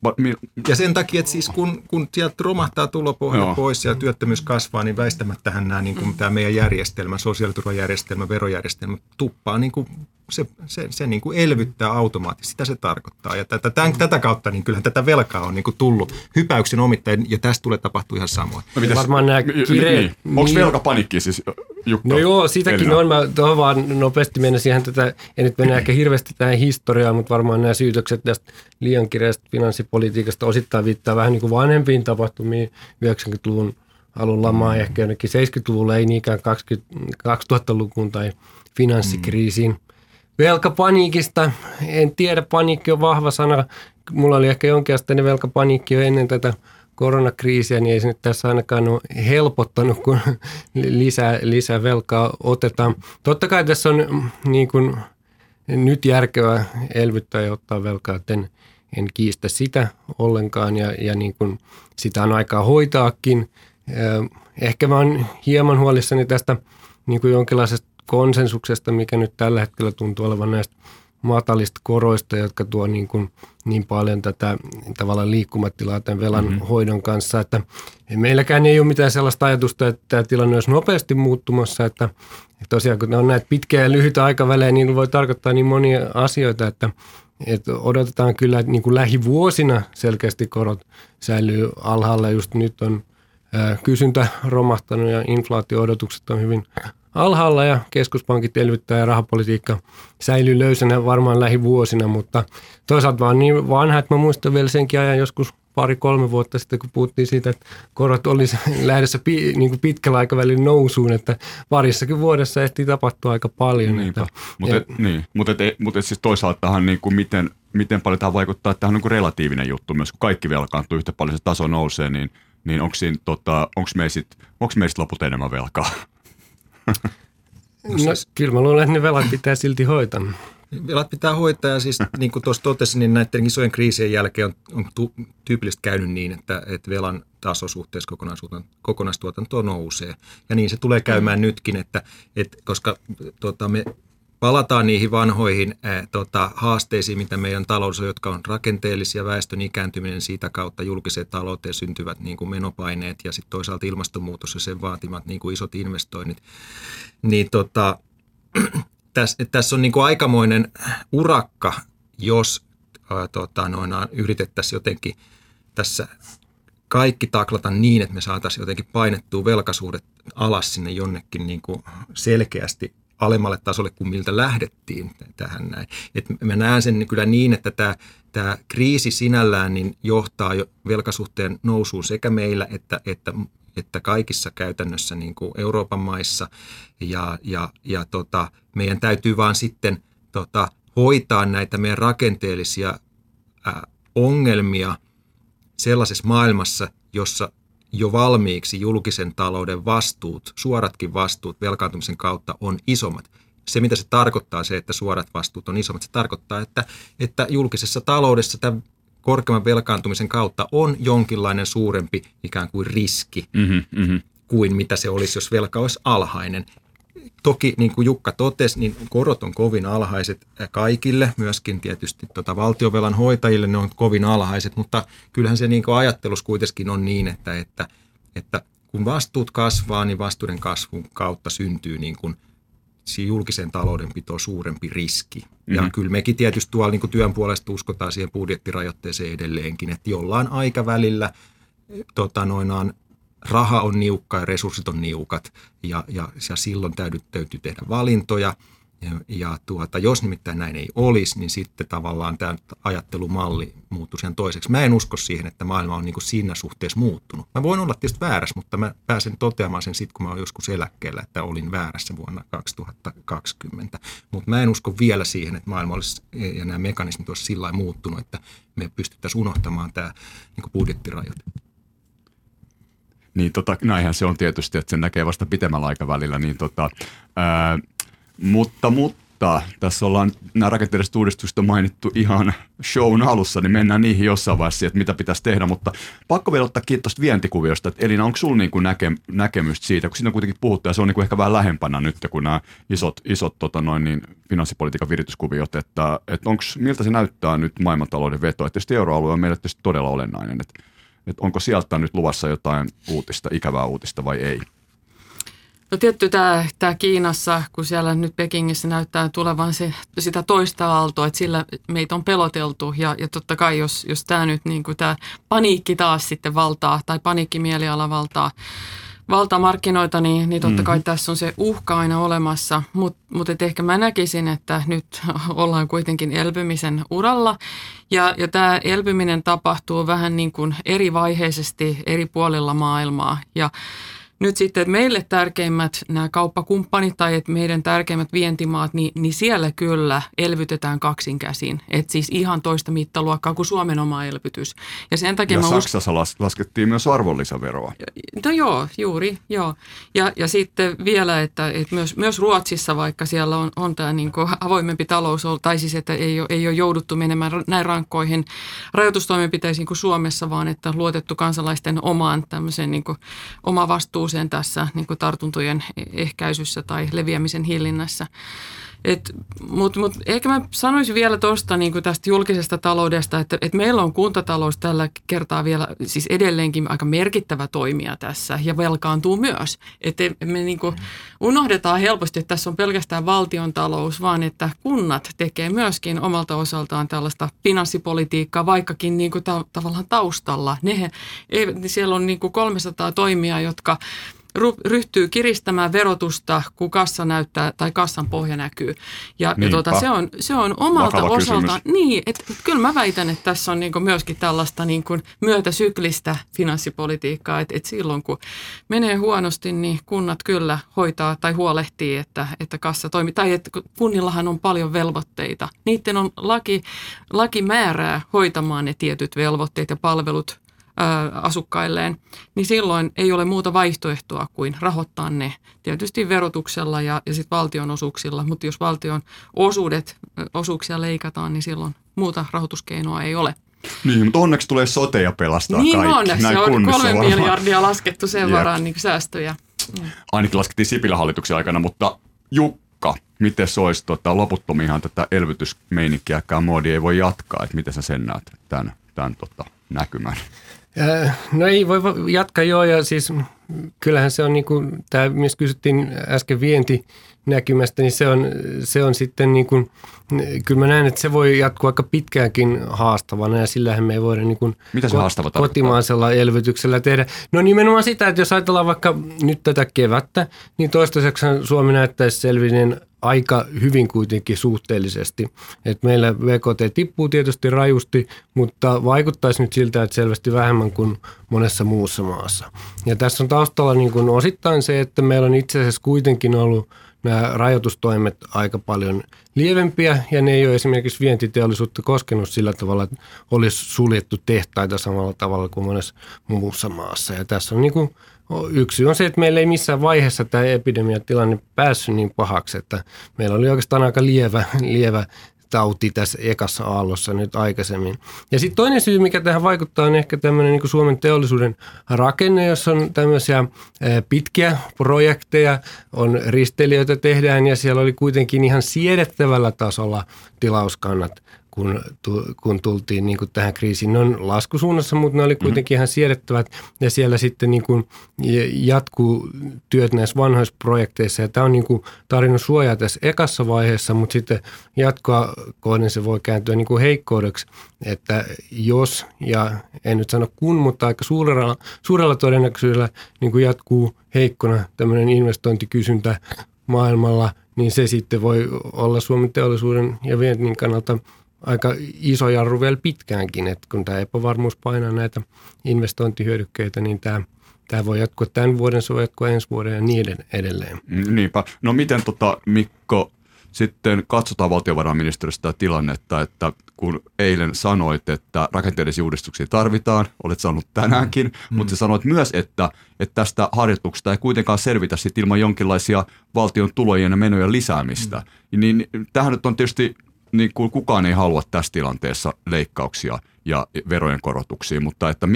Ja sen takia, että siis kun sieltä romahtaa tulopohja pois ja työttömyys kasvaa, niin väistämättähän nämä, niin kuin tämä meidän järjestelmä, sosiaaliturvajärjestelmä, verojärjestelmä tuppaa, niin kuin se niin kuin elvyttää automaattisesti. Sitä se tarkoittaa. Ja tätä kautta niin kyllähän tätä velkaa on niin kuin tullut hypäyksen omittain, ja tästä tulee tapahtua ihan samoin. No varmaan nämä kireet. Onko velkapanikki siis, Jukka? No joo, sitäkin on. Mä tuohon vaan nopeasti mennä siihen en nyt mennä ehkä hirveästi tähän historiaan, mutta varmaan nämä syytökset tästä liian kireästä finanssipolitiikasta osittain viittaa vähän niin kuin vanhempiin tapahtumiin 90-luvun alun lamaa, ehkä jonnekin 70-luvulla, ei niinkään 2000-lukuun tai finanssikriisiin. Velkapaniikista, en tiedä, paniikki on vahva sana. Mulla oli ehkä jonkinasteinen velkapaniikki jo ennen tätä koronakriisiä, niin ei se nyt tässä ainakaan ole helpottanut, kun lisää velkaa otetaan. Totta kai tässä on niin kuin nyt järkevää elvyttää ja ottaa velkaa, että en kiistä sitä ollenkaan ja niin kuin sitä on aikaa hoitaakin. Ehkä mä oon hieman huolissani tästä niin kuin jonkinlaisesta konsensuksesta, mikä nyt tällä hetkellä tuntuu olevan näistä matalista koroista, jotka tuo niin paljon tätä tavallaan liikkumatilaa tämän velan hoidon kanssa, että meilläkään ei ole mitään sellaista ajatusta, että tämä tilanne olisi nopeasti muuttumassa, että tosiaan kun ne on näitä pitkiä ja lyhyitä aikavälejä, niin voi tarkoittaa niin monia asioita, että odotetaan kyllä, että niin kuin lähivuosina selkeästi korot säilyy alhaalla. Just nyt on kysyntä romahtanut ja inflaatio-odotukset on hyvin alhaalla ja keskuspankit elvyttää ja rahapolitiikka säilyy löysänä varmaan lähivuosina, mutta toisaalta vaan niin vanha, että mä muistan vielä senkin ajan joskus 2-3 vuotta sitten, kun puhuttiin siitä, että korot olisi lähdössä niin kuin pitkällä aikavälin nousuun, että parissakin vuodessa ehtii tapahtua aika paljon. Mutta siis toisaaltahan niin kuin miten paljon tämä vaikuttaa, että tämä on niin kuin relatiivinen juttu myös, kun kaikki velkaantuu yhtä paljon, se taso nousee, niin onko meillä lopulta enemmän velkaa? No, kyllä mä luulen, että ne velat pitää silti hoitaa. Velat pitää hoitaa ja siis niin kuin tuossa totesin, niin näiden isojen kriisien jälkeen on tyypillisesti käynyt niin, että velan taso suhteessa kokonaistuotantoon nousee. Ja niin se tulee käymään nytkin, että koska me palataan niihin vanhoihin haasteisiin, mitä meidän taloudessa on, jotka on rakenteellisia, väestön ikääntyminen, siitä kautta julkiseen talouteen syntyvät niin kuin menopaineet ja sitten toisaalta ilmastonmuutos ja sen vaatimat niin kuin isot investoinnit. Niin tässä on niin kuin aikamoinen urakka, jos yritettäisiin jotenkin tässä kaikki taklata niin, että me saataisiin jotenkin painettua velkaisuudet alas sinne jonnekin niin kuin selkeästi alemmalle tasolle kuin miltä lähdettiin tähän näin. Et mä näen sen kyllä niin, että tämä kriisi sinällään niin johtaa jo velkasuhteen nousuun sekä meillä että kaikissa käytännössä niin kuin Euroopan maissa ja meidän täytyy vaan sitten hoitaa näitä meidän rakenteellisia ongelmia sellaisessa maailmassa, jossa jo valmiiksi julkisen talouden vastuut, suoratkin vastuut velkaantumisen kautta on isommat. Se, mitä se tarkoittaa, se, että suorat vastuut on isommat, se tarkoittaa, että julkisessa taloudessa tämän korkeamman velkaantumisen kautta on jonkinlainen suurempi ikään kuin riski kuin mitä se olisi, jos velka olisi alhainen. Toki, niin kuin Jukka totesi, niin korot on kovin alhaiset kaikille, myöskin tietysti valtionvelan hoitajille ne on kovin alhaiset, mutta kyllähän se niin kuin ajattelus kuitenkin on niin, että kun vastuut kasvaa, niin vastuuden kasvun kautta syntyy niin kuin julkisen taloudenpitoon suurempi riski. Ja kyllä mekin tietysti tuolla niin kuin työn puolesta uskotaan siihen budjettirajoitteeseen edelleenkin, että jollain aikavälillä raha on niukka ja resurssit on niukat ja silloin täytyy tehdä valintoja ja jos nimittäin näin ei olisi, niin sitten tavallaan tämä ajattelumalli muuttuu siihen toiseksi. Mä en usko siihen, että maailma on niin kuin siinä suhteessa muuttunut. Mä voin olla tietysti väärässä, mutta mä pääsen toteamaan sen sitten, kun mä olin joskus eläkkeellä, että olin väärässä vuonna 2020. Mutta mä en usko vielä siihen, että maailma olisi ja nämä mekanismit olisi sillä lailla muuttunut, että me pystyttäisiin unohtamaan tämä niin kuin budjettirajoite. Niin näinhän se on tietysti, että sen näkee vasta pitemmällä aikavälillä, niin mutta tässä ollaan nämä rakenteelliset uudistukset on mainittu ihan shown alussa, niin mennään niihin jossain vaiheessa, että mitä pitäisi tehdä, mutta pakko vielä ottaa kiinni tuosta vientikuviosta, että Elina, onko sinulla niin näkemystä siitä, kun siinä on kuitenkin puhuttu ja se on niin kuin ehkä vähän lähempänä nyt, kun nämä isot finanssipolitiikan virityskuviot, että miltä se näyttää nyt maailmantalouden veto, että tietysti euroalue on meille tietysti todella olennainen, että onko sieltä nyt luvassa jotain uutista, ikävää uutista vai ei? No tietty tämä Kiinassa, kun siellä nyt Pekingissä näyttää tulevan sitä toista aaltoa, että sillä meitä on peloteltu ja totta kai jos tämä nyt niin kuin tämä paniikki taas sitten valtaa tai paniikkimieliala valtaa markkinoita, niin totta kai tässä on se uhka aina olemassa, mutta ehkä mä näkisin, että nyt ollaan kuitenkin elpymisen uralla ja tämä elpyminen tapahtuu vähän niin kuin eri vaiheisesti eri puolilla maailmaa ja nyt sitten, että meille tärkeimmät nämä kauppakumppanit tai että meidän tärkeimmät vientimaat, niin siellä kyllä elvytetään kaksin käsin. Että siis ihan toista mittaluokkaa kuin Suomen oma elvytys. Ja sen takia Saksassa laskettiin myös arvonlisäveroa. No joo, juuri, joo. Ja sitten vielä, että myös Ruotsissa, vaikka siellä on tämä niin kuin avoimempi talous, tai siis että ei ole jouduttu menemään näin rankkoihin rajoitustoimenpiteisiin kuin Suomessa, vaan että luotettu kansalaisten omaan tämmöiseen niin kuin oma vastuuseen tässä niin kuin tartuntojen ehkäisyssä tai leviämisen hillinnässä. Mutta ehkä mä sanoisin vielä tuosta niin kuin tästä julkisesta taloudesta, että meillä on kuntatalous tällä kertaa vielä siis edelleenkin aika merkittävä toimija tässä ja velkaantuu myös. Että me niin kuin unohdetaan helposti, että tässä on pelkästään valtion talous, vaan että kunnat tekee myöskin omalta osaltaan tällaista finanssipolitiikkaa, vaikkakin niin kuin tavallaan taustalla. Siellä on niin kuin 300 toimijaa, jotka ryhtyy kiristämään verotusta, kun kassa näyttää tai kassan pohja näkyy. Ja se on omalta vakava osaltaan. kysymys. Niin, että kyllä mä väitän, että tässä on niinku myöskin tällaista niinku myötäsyklistä finanssipolitiikkaa, että silloin kun menee huonosti, niin kunnat kyllä hoitaa tai huolehtii, että kassa toimii. Tai että kunnillahan on paljon velvoitteita. Niiden on laki määrää hoitamaan ne tietyt velvoitteet ja palvelut asukkailleen, niin silloin ei ole muuta vaihtoehtoa kuin rahoittaa ne tietysti verotuksella ja sitten valtionosuuksilla, mutta jos valtion osuuksia leikataan, niin silloin muuta rahoituskeinoa ei ole. Niin, mutta onneksi tulee sote ja pelastaa niin kaikki. Niin Näin on, se on kunnissa 3 varmaan. miljardia laskettu sen varaan niin säästöjä. Ainakin laskettiin Sipilän hallituksen aikana, mutta Jukka, miten se olisi loputtomiinhan tätä elvytysmeininkiäkään Modi ei voi jatkaa, että miten sä sen näet tämän näkymän? No ei voi jatkaa joo, ja siis kyllähän se on niin kuin, tämä mistä kysyttiin äsken vientinäkymästä, niin se on sitten niin kuin, kyllä mä näen, että se voi jatkua aika pitkäänkin haastavana, ja sillähän me ei voida niin kuin mitä se haastava kotimaisella elvytyksellä tehdä. No nimenomaan sitä, että jos ajatellaan vaikka nyt tätä kevättä, niin toistaiseksi Suomi näyttäisi selvineen aika hyvin kuitenkin suhteellisesti. Et meillä BKT tippuu tietysti rajusti, mutta vaikuttaisi nyt siltä, että selvästi vähemmän kuin monessa muussa maassa. Ja tässä on taustalla niin kuin osittain se, että meillä on itse asiassa kuitenkin ollut nämä rajoitustoimet aika paljon lievempiä, ja ne ei ole esimerkiksi vientiteollisuutta koskenut sillä tavalla, että olisi suljettu tehtaita samalla tavalla kuin monessa muussa maassa. Ja tässä on niin kuin yksi on se, että meillä ei missään vaiheessa tämä epidemiatilanne päässyt niin pahaksi, että meillä oli oikeastaan aika lievä tauti tässä ekassa aallossa nyt aikaisemmin. Ja sitten toinen syy, mikä tähän vaikuttaa, on ehkä tämmöinen niin kuin Suomen teollisuuden rakenne, jossa on tämmöisiä pitkiä projekteja, on risteilijöitä tehdään, ja siellä oli kuitenkin ihan siedettävällä tasolla tilauskannat, kun tultiin niin kuin tähän kriisiin. Ne on laskusuunnassa, mutta ne oli kuitenkin ihan siedettävät, ja siellä sitten niin kuin jatkuu työt näissä vanhoissa projekteissa, ja tämä on niin kuin tarjonnut suojaa tässä ekassa vaiheessa, mutta sitten jatkoa kohden se voi kääntyä niin kuin heikkoudeksi, että jos, ja en nyt sano kun, mutta aika suurella todennäköisyydellä niin kuin jatkuu heikkona tämmöinen investointikysyntä maailmalla, niin se sitten voi olla Suomen teollisuuden ja viennin kannalta aika iso jarru vielä pitkäänkin, että kun tämä epävarmuus painaa näitä investointihyödykkeitä, niin tämä voi jatkua tämän vuoden, se voi jatkua ensi vuoden ja niin edelleen. Niinpä. No miten Mikko, sitten katsotaan valtiovarainministeriöstä tilannetta, että kun eilen sanoit, että rakenteellisia uudistuksia tarvitaan, olet sanonut tänäänkin, mutta sä sanoit myös, että tästä harjoituksesta ei kuitenkaan selvitä sit ilman jonkinlaisia valtion tulojen ja menojen lisäämistä. Niin tähän nyt on tietysti, niin kuin kukaan ei halua tässä tilanteessa leikkauksia ja verojen korotuksia, mutta että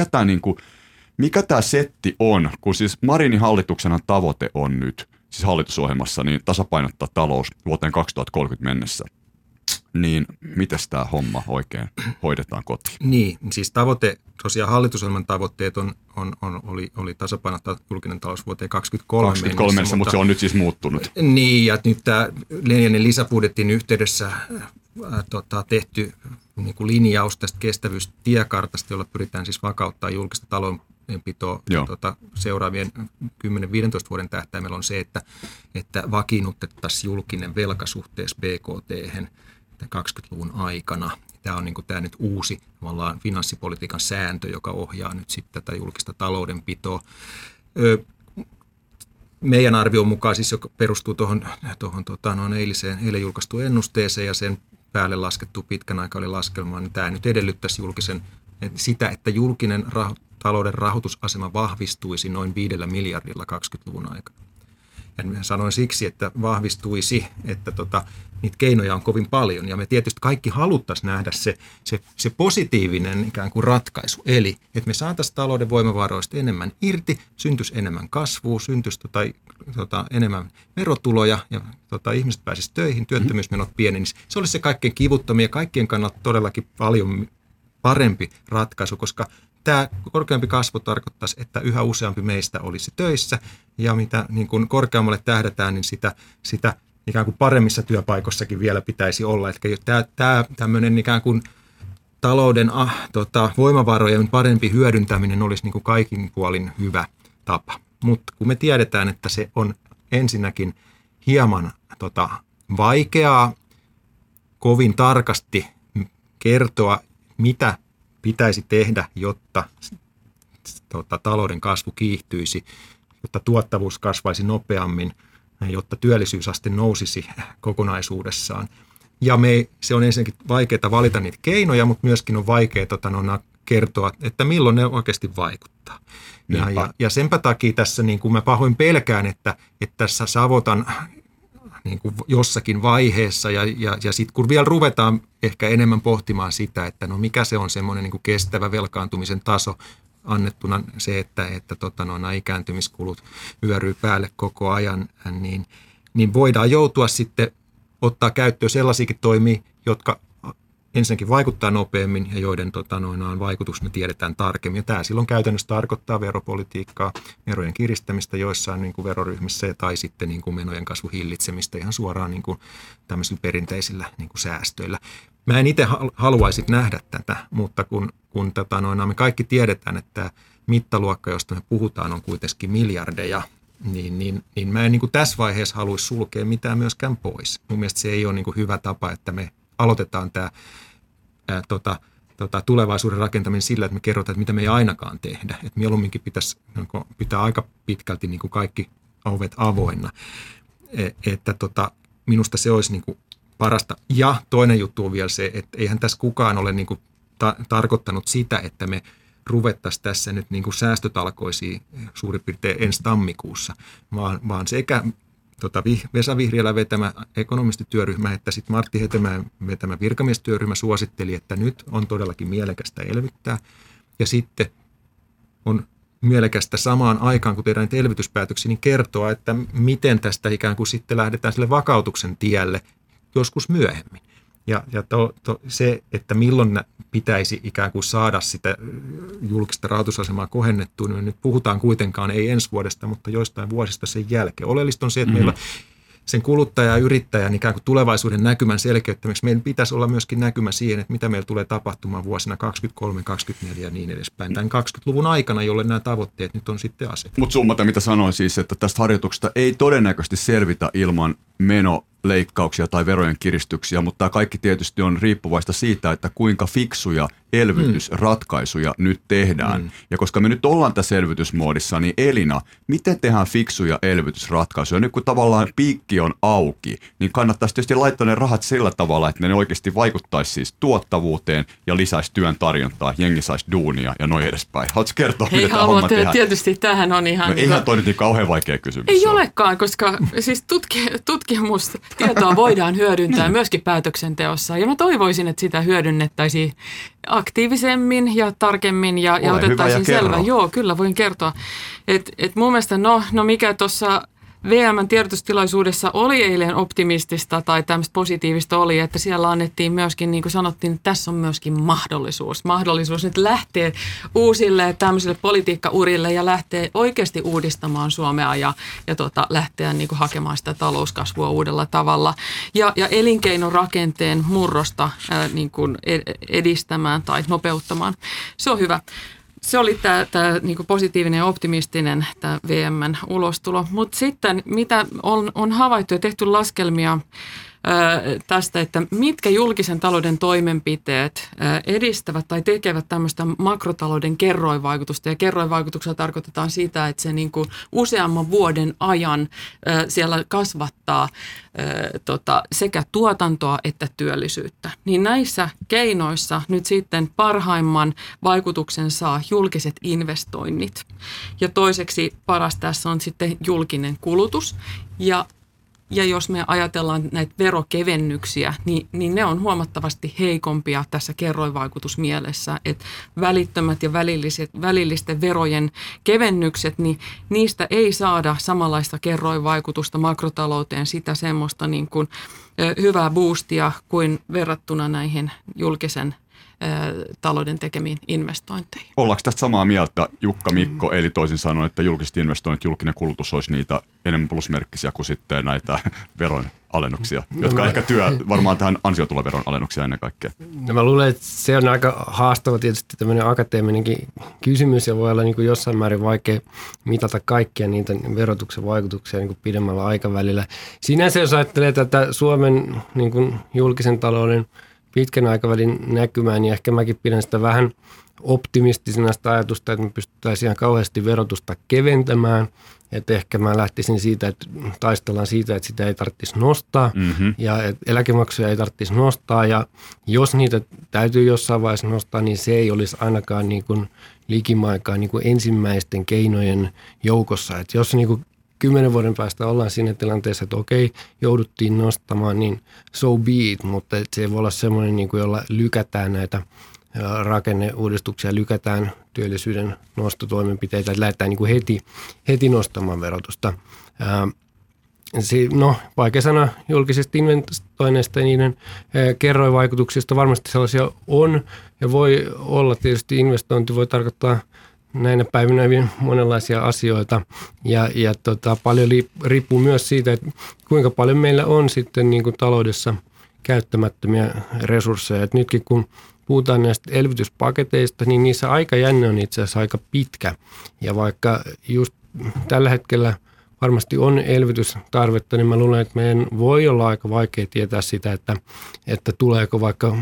mikä tämä setti on, kun siis Marinin hallituksen tavoite on nyt, siis hallitusohjelmassa, niin tasapainottaa talous vuoteen 2030 mennessä. Niin mitäs tämä homma oikein hoidetaan kotiin? Niin, siis tosiaan hallitusohjelman tavoitteet oli tasapainottaa julkinen talous vuoteen 2023 mennessä, mutta se on nyt siis muuttunut. Niin, ja nyt tämä neljännen lisäbudjetin yhteydessä tehty niin kuin linjaus tästä kestävyystiekartasta, jolla pyritään siis vakauttaa julkista taloudenpitoa seuraavien 10-15 vuoden tähtäimellä on se, että vakiinnutettaisiin julkinen velka suhteessa BKT:hen 20-luvun aikana. Tämä on niin kuin tämä nyt uusi tavallaan finanssipolitiikan sääntö, joka ohjaa nyt sitten tätä julkista taloudenpitoa. Meidän arvion mukaan siis, joka perustuu tuohon eilen julkaistuun ennusteeseen ja sen päälle laskettu pitkän aikavälin laskelmaan, niin tämä nyt edellyttäisi sitä, että julkinen talouden rahoitusasema vahvistuisi noin 5 miljardilla 20-luvun aikana. Ja sanoin siksi, että vahvistuisi, että niitä keinoja on kovin paljon. Ja me tietysti kaikki haluttaisiin nähdä se positiivinen ikään kuin ratkaisu. Eli, että me saataisiin talouden voimavaroista enemmän irti, syntyisi enemmän kasvua, syntyisi enemmän verotuloja ja ihmiset pääsisivät töihin, työttömyysmenot pienenisivät. Se olisi se kaikkein kivuttomia ja kaikkien kannalta todellakin paljon parempi ratkaisu, koska tämä korkeampi kasvu tarkoittaisi, että yhä useampi meistä olisi töissä, ja mitä niin kuin korkeammalle tähdätään, niin sitä ikään kuin paremmissa työpaikossakin vielä pitäisi olla. Eli tämä tämmöinen ikään kuin talouden voimavarojen parempi hyödyntäminen olisi niin kuin kaikin puolin hyvä tapa. Mutta kun me tiedetään, että se on ensinnäkin hieman vaikeaa kovin tarkasti kertoa, mitä pitäisi tehdä, jotta talouden kasvu kiihtyisi, jotta tuottavuus kasvaisi nopeammin, jotta työllisyysaste nousisi kokonaisuudessaan. Ja se on ensinnäkin vaikeaa valita niitä keinoja, mutta myöskin on vaikeaa kertoa, että milloin ne oikeasti vaikuttaa. Ja senpä takia tässä niin kuin mä pahoin pelkään, että tässä savotan niin kuin jossakin vaiheessa ja sitten kun vielä ruvetaan ehkä enemmän pohtimaan sitä, että no mikä se on semmoinen niin kuin kestävä velkaantumisen taso annettuna se, että nämä ikääntymiskulut vyöryy päälle koko ajan, niin voidaan joutua sitten ottaa käyttöön sellaisiakin toimia, jotka ensinnäkin vaikuttaa nopeammin ja joiden vaikutus me tiedetään tarkemmin. Ja tämä silloin käytännössä tarkoittaa veropolitiikkaa, verojen kiristämistä joissain niin kuin veroryhmissä tai sitten niin kuin menojen kasvun hillitsemistä ihan suoraan niin kuin tämmöisillä perinteisillä niin kuin säästöillä. Mä en itse haluaisi nähdä tätä, mutta kun me kaikki tiedetään, että mittaluokka, josta me puhutaan, on kuitenkin miljardeja, niin mä en niin kuin tässä vaiheessa haluaisi sulkea mitään myöskään pois. Mun mielestä se ei ole niin kuin hyvä tapa, että me aloitetaan tämä tulevaisuuden rakentaminen sillä, että me kerrotaan, että mitä me ei ainakaan tehdä. Että mieluumminkin pitäisi pitää aika pitkälti niin kuin kaikki ovet avoinna. Että minusta se olisi niin kuin parasta. Ja toinen juttu on vielä se, että eihän tässä kukaan ole niin kuin tarkoittanut sitä, että me ruvettaisiin tässä nyt niin kuin säästötalkoisiin suurin piirtein ensi tammikuussa, vaan sekä Vesa Vihriälä vetämä ekonomistityöryhmä että sitten Martti Hetemäen vetämä virkamiestyöryhmä suositteli, että nyt on todellakin mielekästä elvyttää. Ja sitten on mielekästä samaan aikaan, kun tehdään niitä elvytyspäätöksiä, niin kertoa, että miten tästä ikään kuin sitten lähdetään sille vakautuksen tielle joskus myöhemmin. Ja se, että milloin pitäisi ikään kuin saada sitä julkista rahoitusasemaa kohennettua, niin nyt puhutaan kuitenkaan ei ensi vuodesta, mutta joistain vuosista sen jälkeen. Oleellista on se, että meillä sen kuluttaja ja yrittäjän ikään kuin tulevaisuuden näkymän selkeyttämiseksi meidän pitäisi olla myöskin näkymä siihen, että mitä meillä tulee tapahtumaan vuosina 23, 24 ja niin edespäin. Tämän 20-luvun aikana, jolle nämä tavoitteet nyt on sitten asetettu. Mutta summata, mitä sanoin siis, että tästä harjoituksesta ei todennäköisesti selvitä ilman menoleikkauksia tai verojen kiristyksiä, mutta tämä kaikki tietysti on riippuvaista siitä, että kuinka fiksuja elvytysratkaisuja nyt tehdään. Ja koska me nyt ollaan tässä elvytysmoodissa, niin Elina, miten tehdään fiksuja elvytysratkaisuja? Nyt kun tavallaan piikki on auki, niin kannattaisi tietysti laittaa ne rahat sillä tavalla, että ne oikeasti vaikuttaisi siis tuottavuuteen ja lisäisi työn tarjontaa, jengi saisi duunia ja noin edespäin. Haluatko kertoa, miten tämä homma tehdään? Tietysti tämähän on ihan... No, eihän toi nyt niin kauhean vaikea kysymys. Ei olekaan, koska siis tutkimustietoa voidaan hyödyntää myöskin päätöksenteossa. Ja mä toivoisin, että sitä hyödynnettäisiin aktiivisemmin ja tarkemmin ja otettaisiin selvä. Joo, kyllä voin kertoa. Et mun mielestä, no mikä tuossa VM:n tiedotustilaisuudessa oli eilen optimistista tai tämmöistä positiivista oli, että siellä annettiin myöskin, niin kuin sanottiin, että tässä on myöskin mahdollisuus nyt lähteä uusille tämmöisille politiikkaurille ja lähteä oikeasti uudistamaan Suomea ja lähteä niin kuin hakemaan sitä talouskasvua uudella tavalla ja elinkeinorakenteen murrosta niin kuin edistämään tai nopeuttamaan. Se on hyvä. Se oli tämä niinku positiivinen ja optimistinen tämä VM:n ulostulo. Mutta sitten mitä on havaittu ja tehty laskelmia tästä, että mitkä julkisen talouden toimenpiteet edistävät tai tekevät tämmöistä makrotalouden kerroinvaikutusta. Ja kerroinvaikutuksella tarkoitetaan sitä, että se niin kuin useamman vuoden ajan siellä kasvattaa sekä tuotantoa että työllisyyttä. Niin näissä keinoissa nyt sitten parhaimman vaikutuksen saa julkiset investoinnit. Ja toiseksi paras tässä on sitten julkinen kulutus ja jos me ajatellaan näitä verokevennyksiä, niin ne on huomattavasti heikompia tässä kerroinvaikutusmielessä. Että välittömät ja välillisten verojen kevennykset, niin niistä ei saada samanlaista kerroinvaikutusta makrotalouteen, sitä semmoista niin kuin hyvää boostia kuin verrattuna näihin julkisen talouden tekemiin investointeihin. Ollaanko tästä samaa mieltä, Jukka, Mikko, eli toisin sanoen, että julkiset investoinnit, julkinen kulutus olisi niitä enemmän plusmerkkisiä kuin sitten näitä veron alennuksia, jotka ehkä varmaan tähän ansiotuloveron alennuksia ennen kaikkea? No mä luulen, että se on aika haastava tietysti tämmöinen akateeminenkin kysymys ja voi olla niin kuin jossain määrin vaikea mitata kaikkia niitä verotuksen vaikutuksia niin kuin pidemmällä aikavälillä. Sinänsä jos ajattelee tätä Suomen niin kuin julkisen talouden pitkän aikavälin näkymään, niin ehkä mäkin pidän sitä vähän optimistisena sitä ajatusta, että me pystyttäisiin ihan kauheasti verotusta keventämään. Että ehkä mä lähtisin siitä, että taistellaan siitä, että sitä ei tarvitsisi nostaa ja että eläkemaksuja ei tarvitsisi nostaa. Ja jos niitä täytyy jossain vaiheessa nostaa, niin se ei olisi ainakaan niin kuin likimainkaan niin kuin ensimmäisten keinojen joukossa. Että jos niin kuin 10 vuoden päästä ollaan siinä tilanteessa, että okei, jouduttiin nostamaan, niin so be it, mutta se ei voi olla semmoinen, niin kuin jolla lykätään näitä rakenneuudistuksia, lykätään työllisyyden nostotoimenpiteitä, että lähdetään niin kuin heti nostamaan verotusta. vaikea sanoa julkisista investoinneista ja niiden kerroinvaikutuksista varmasti sellaisia on ja voi olla. Tietysti investointi voi tarkoittaa näinä päivinä hyvin monenlaisia asioita ja paljon riippuu myös siitä, että kuinka paljon meillä on sitten niin kuin taloudessa käyttämättömiä resursseja. Et nytkin kun puhutaan näistä elvytyspaketeista, niin niissä aikajänne on itse asiassa aika pitkä ja vaikka just tällä hetkellä varmasti on elvytystarvetta, niin mä luulen, että meidän voi olla aika vaikea tietää sitä, että tuleeko vaikka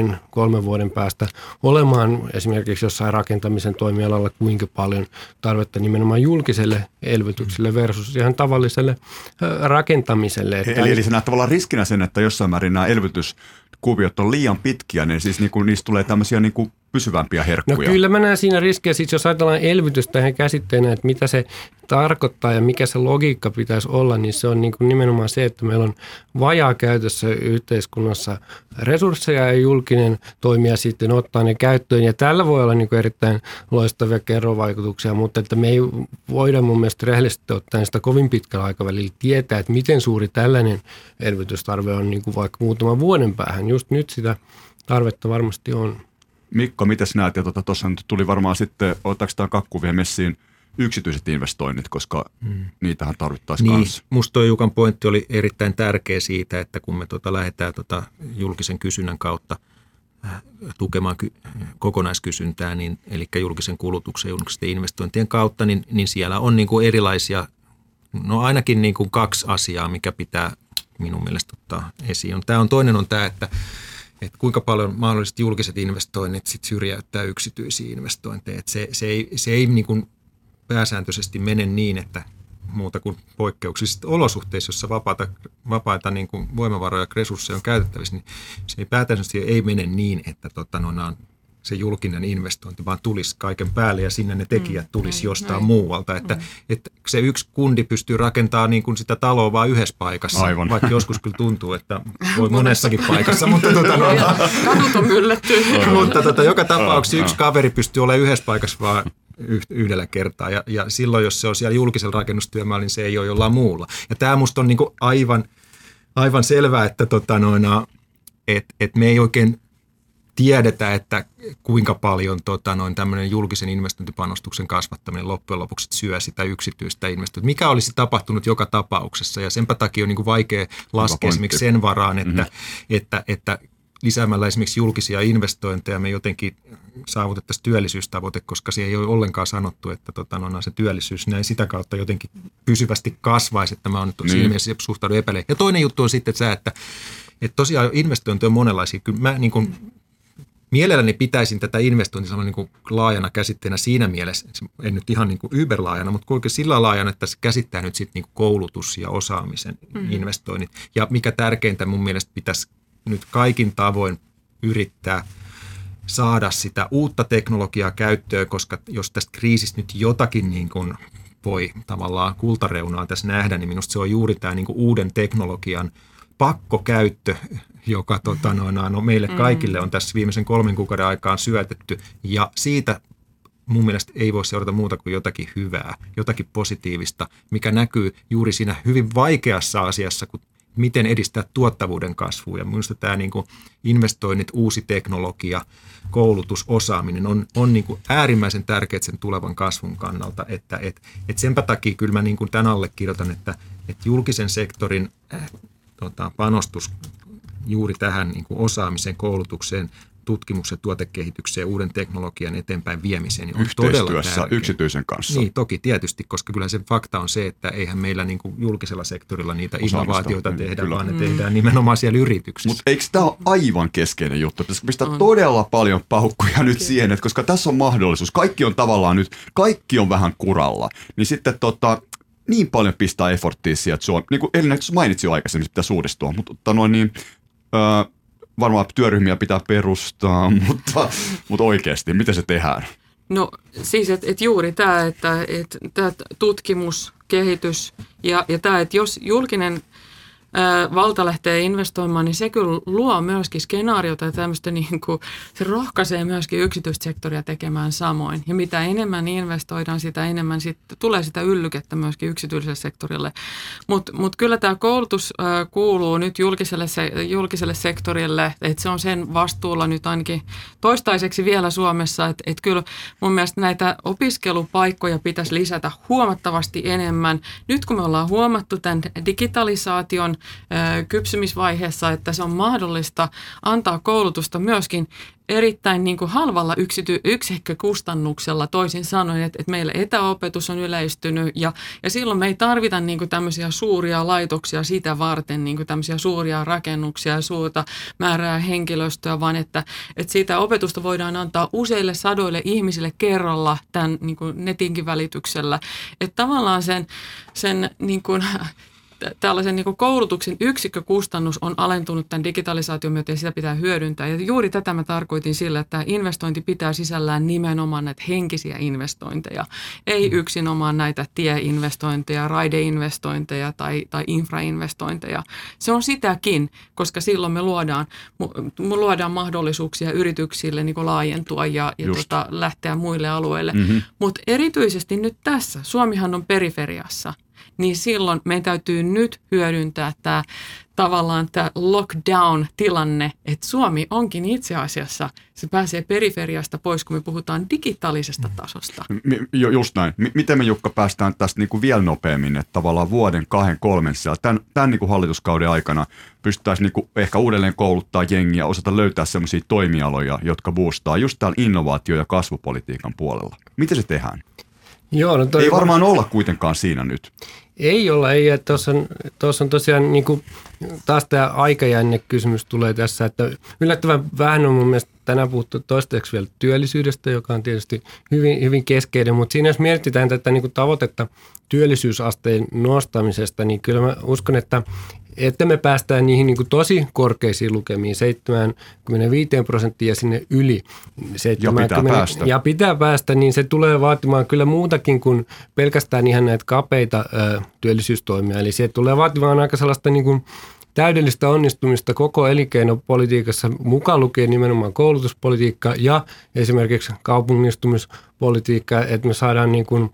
2-3 vuoden päästä olemaan esimerkiksi jossain rakentamisen toimialalla kuinka paljon tarvetta nimenomaan julkiselle elvytykselle versus ihan tavalliselle rakentamiselle. Eli se näet tavallaan riskinä sen, että jossain määrin nämä elvytyskuviot on liian pitkiä, niin siis niinku, niistä tulee tämmöisiä niinku pysyvämpiä herkkuja. No kyllä mä näen siinä riskejä, siis jos ajatellaan elvytystä ihan käsitteenä, että mitä se tarkoittaa ja mikä se logiikka pitäisi olla, niin se on niin kuin nimenomaan se, että meillä on vajaa käytössä yhteiskunnassa resursseja ja julkinen toimija sitten ottaa ne käyttöön. Ja tällä voi olla niin kuin erittäin loistavia kerrovaikutuksia, mutta että me ei voida mun mielestä rehellisesti ottaen sitä kovin pitkällä aikavälillä tietää, että miten suuri tällainen elvytystarve on niin kuin vaikka muutaman vuoden päähän. Just nyt sitä tarvetta varmasti on. Mikko, mitäs näet? Ja tuossa nyt tuli varmaan sitten, otetaanko tämä kakku vielä messiin, yksityiset investoinnit, koska niitähän tarvittaisiin kanssa. Musta tuo Jukan pointti oli erittäin tärkeä siitä, että kun me lähdetään julkisen kysynnän kautta tukemaan kokonaiskysyntää, niin, eli julkisen kulutuksen ja julkisten investointien kautta, niin siellä on niin kuin erilaisia, no ainakin niin kuin 2 asiaa, mikä pitää minun mielestä ottaa esiin. Toinen on tämä, että kuinka paljon mahdollisesti julkiset investoinnit sit syrjäyttää yksityisiä investointeja. Se ei niin kuin pääsääntöisesti mene niin, että muuta kuin poikkeuksellisissa olosuhteissa, jossa vapaita niin kuin voimavaroja ja resursseja on käytettävissä, niin se ei pääsääntöisesti ei mene niin, että se julkinen investointi vaan tulisi kaiken päälle ja sinne ne tekijät tulisi jostain muualta. Että se yksi kundi pystyy rakentamaan niin kuin sitä taloa vain yhdessä paikassa, aivan. Vaikka joskus kyllä tuntuu, että voi monessakin paikassa. Mutta kadut on mylletty. Mutta joka tapauksessa yksi kaveri pystyy olemaan yhdessä paikassa vaan yhdellä kertaa. Ja silloin, jos se on siellä julkisella rakennustyömaalla, niin se ei ole jollain muulla. Ja tämä musta on niin kuin aivan selvää, että me ei oikein tiedetä, että kuinka paljon tämmöinen julkisen investointipanostuksen kasvattaminen loppujen lopuksi syö sitä yksityistä investointia. Mikä olisi tapahtunut joka tapauksessa ja senpä takia on niin kuin vaikea laskea esimerkiksi sen varaan, että lisäämällä esimerkiksi julkisia investointeja me jotenkin saavutettaisiin työllisyystavoite, koska se ei ole ollenkaan sanottu, että se työllisyys näin sitä kautta jotenkin pysyvästi kasvaisi, että mä oon nyt siinä mielessä suhtaudun epäilemään. Ja toinen juttu on sitten se, että tosiaan investointi on monenlaisia. Kyllä mä niin kuin mielelläni pitäisin tätä investointia niin kuin laajana käsitteenä siinä mielessä, en nyt ihan niin kuin yberlaajana, mutta kuitenkin sillä laajana, että se käsittää nyt sitten niin kuin koulutus- ja osaamisen investoinnit. Ja mikä tärkeintä mun mielestä pitäisi nyt kaikin tavoin yrittää saada sitä uutta teknologiaa käyttöön, koska jos tästä kriisistä nyt jotakin niin kuin voi tavallaan kultareunaa tässä nähdä, niin minusta se on juuri tämä niin kuin uuden teknologian pakkokäyttö, joka meille kaikille on tässä viimeisen 3 kuukauden aikaan syötetty, ja siitä mun mielestä ei voi seurata muuta kuin jotakin hyvää, jotakin positiivista, mikä näkyy juuri siinä hyvin vaikeassa asiassa, kun miten edistää tuottavuuden kasvua. Ja minusta tämä niin kuin investoinnit, uusi teknologia, koulutus, osaaminen on niin kuin äärimmäisen tärkeät sen tulevan kasvun kannalta. Että senpä takia kyllä mä niin kuin tämän allekirjoitan, että julkisen sektorin panostus juuri tähän niin kuin osaamiseen, koulutukseen, tutkimuksen, tuotekehitykseen, uuden teknologian eteenpäin viemiseen. Niin on yhteistyössä yksityisen kanssa. Niin, toki tietysti, koska kyllä se fakta on se, että eihän meillä niin kuin julkisella sektorilla niitä innovaatioita tehdä, kyllä, vaan ne tehdään nimenomaan siellä yrityksissä. Mutta eikö tämä ole aivan keskeinen juttu? Pitäisikö pistää todella paljon paukkuja nyt siihen, että koska tässä on mahdollisuus, kaikki on tavallaan nyt, kaikki on vähän kuralla, niin sitten niin paljon pistää efforttia sieltä. Niin kuin Elina mainitsi jo aikaisemmin, että pitäisi uudistua, mutta varmaan työryhmiä pitää perustaa, mutta oikeasti, miten se tehdään? No siis, että juuri tämä, että tutkimus, kehitys ja tämä, että jos julkinen valta lähtee investoimaan, niin se kyllä luo myöskin skenaariota ja tämmöistä niin kuin, se rohkaisee myöskin yksityistä sektoria tekemään samoin. Ja mitä enemmän investoidaan, sitä enemmän tulee sitä yllykettä myöskin yksityiselle sektorille. Mutta kyllä tämä koulutus kuuluu nyt julkiselle sektorille, että se on sen vastuulla nyt ainakin toistaiseksi vielä Suomessa, että kyllä mun mielestä näitä opiskelupaikkoja pitäisi lisätä huomattavasti enemmän. Nyt kun me ollaan huomattu tämän digitalisaation kypsymisvaiheessa, että se on mahdollista antaa koulutusta myöskin erittäin niin kuin halvalla yksikkökustannuksella, toisin sanoen, että meillä etäopetus on yleistynyt ja silloin me ei tarvita niin kuin tämmöisiä suuria laitoksia sitä varten, niin kuin tämmöisiä suuria rakennuksia ja suurta määrää henkilöstöä, vaan että siitä opetusta voidaan antaa useille sadoille ihmisille kerralla tämän niin kuin netinkin välityksellä. Että tavallaan sen niin kuin tällaisen niin kuin koulutuksen yksikkökustannus on alentunut tämän digitalisaation myötä ja sitä pitää hyödyntää. Ja juuri tätä mä tarkoitin sillä, että tämä investointi pitää sisällään nimenomaan näitä henkisiä investointeja. Ei yksinomaan näitä tieinvestointeja, raideinvestointeja tai infrainvestointeja. Se on sitäkin, koska silloin me luodaan mahdollisuuksia yrityksille niin kuin laajentua ja lähteä muille alueille. Mm-hmm. Mutta erityisesti nyt tässä, Suomihan on periferiassa. Niin silloin meidän täytyy nyt hyödyntää tämä lockdown-tilanne, että Suomi onkin itse asiassa, se pääsee periferiasta pois, kun me puhutaan digitaalisesta tasosta. Just näin. Miten me, Jukka, päästään tästä niin kuin vielä nopeammin, että tavallaan vuoden, 2, 3 tämän niin kuin hallituskauden aikana pystyttäisiin niin kuin ehkä uudelleen kouluttaa jengiä, osata löytää sellaisia toimialoja, jotka boostaa just täällä innovaatio- ja kasvupolitiikan puolella. Miten se tehdään? Joo, no ei varmaan olla kuitenkaan siinä nyt. Ei olla, ei. Tuossa on tosiaan niin kuin, taas tämä aikajänne-kysymys tulee tässä, että yllättävän vähän on mun mielestä tänään puhuttu toistaiseksi vielä työllisyydestä, joka on tietysti hyvin, hyvin keskeinen, mutta siinä jos mietitään tätä niin kuin tavoitetta työllisyysasteen nostamisesta, niin kyllä mä uskon, että me päästään niihin niin kuin tosi korkeisiin lukemiin, 75% ja sinne yli 70%. Ja pitää päästä, niin se tulee vaatimaan kyllä muutakin kuin pelkästään ihan näitä kapeita työllisyystoimia. Eli se tulee vaatimaan aika sellaista niin kuin täydellistä onnistumista koko elinkeinopolitiikassa, mukaan lukien nimenomaan koulutuspolitiikka ja esimerkiksi kaupungistumispolitiikka, että me saadaan niin kuin,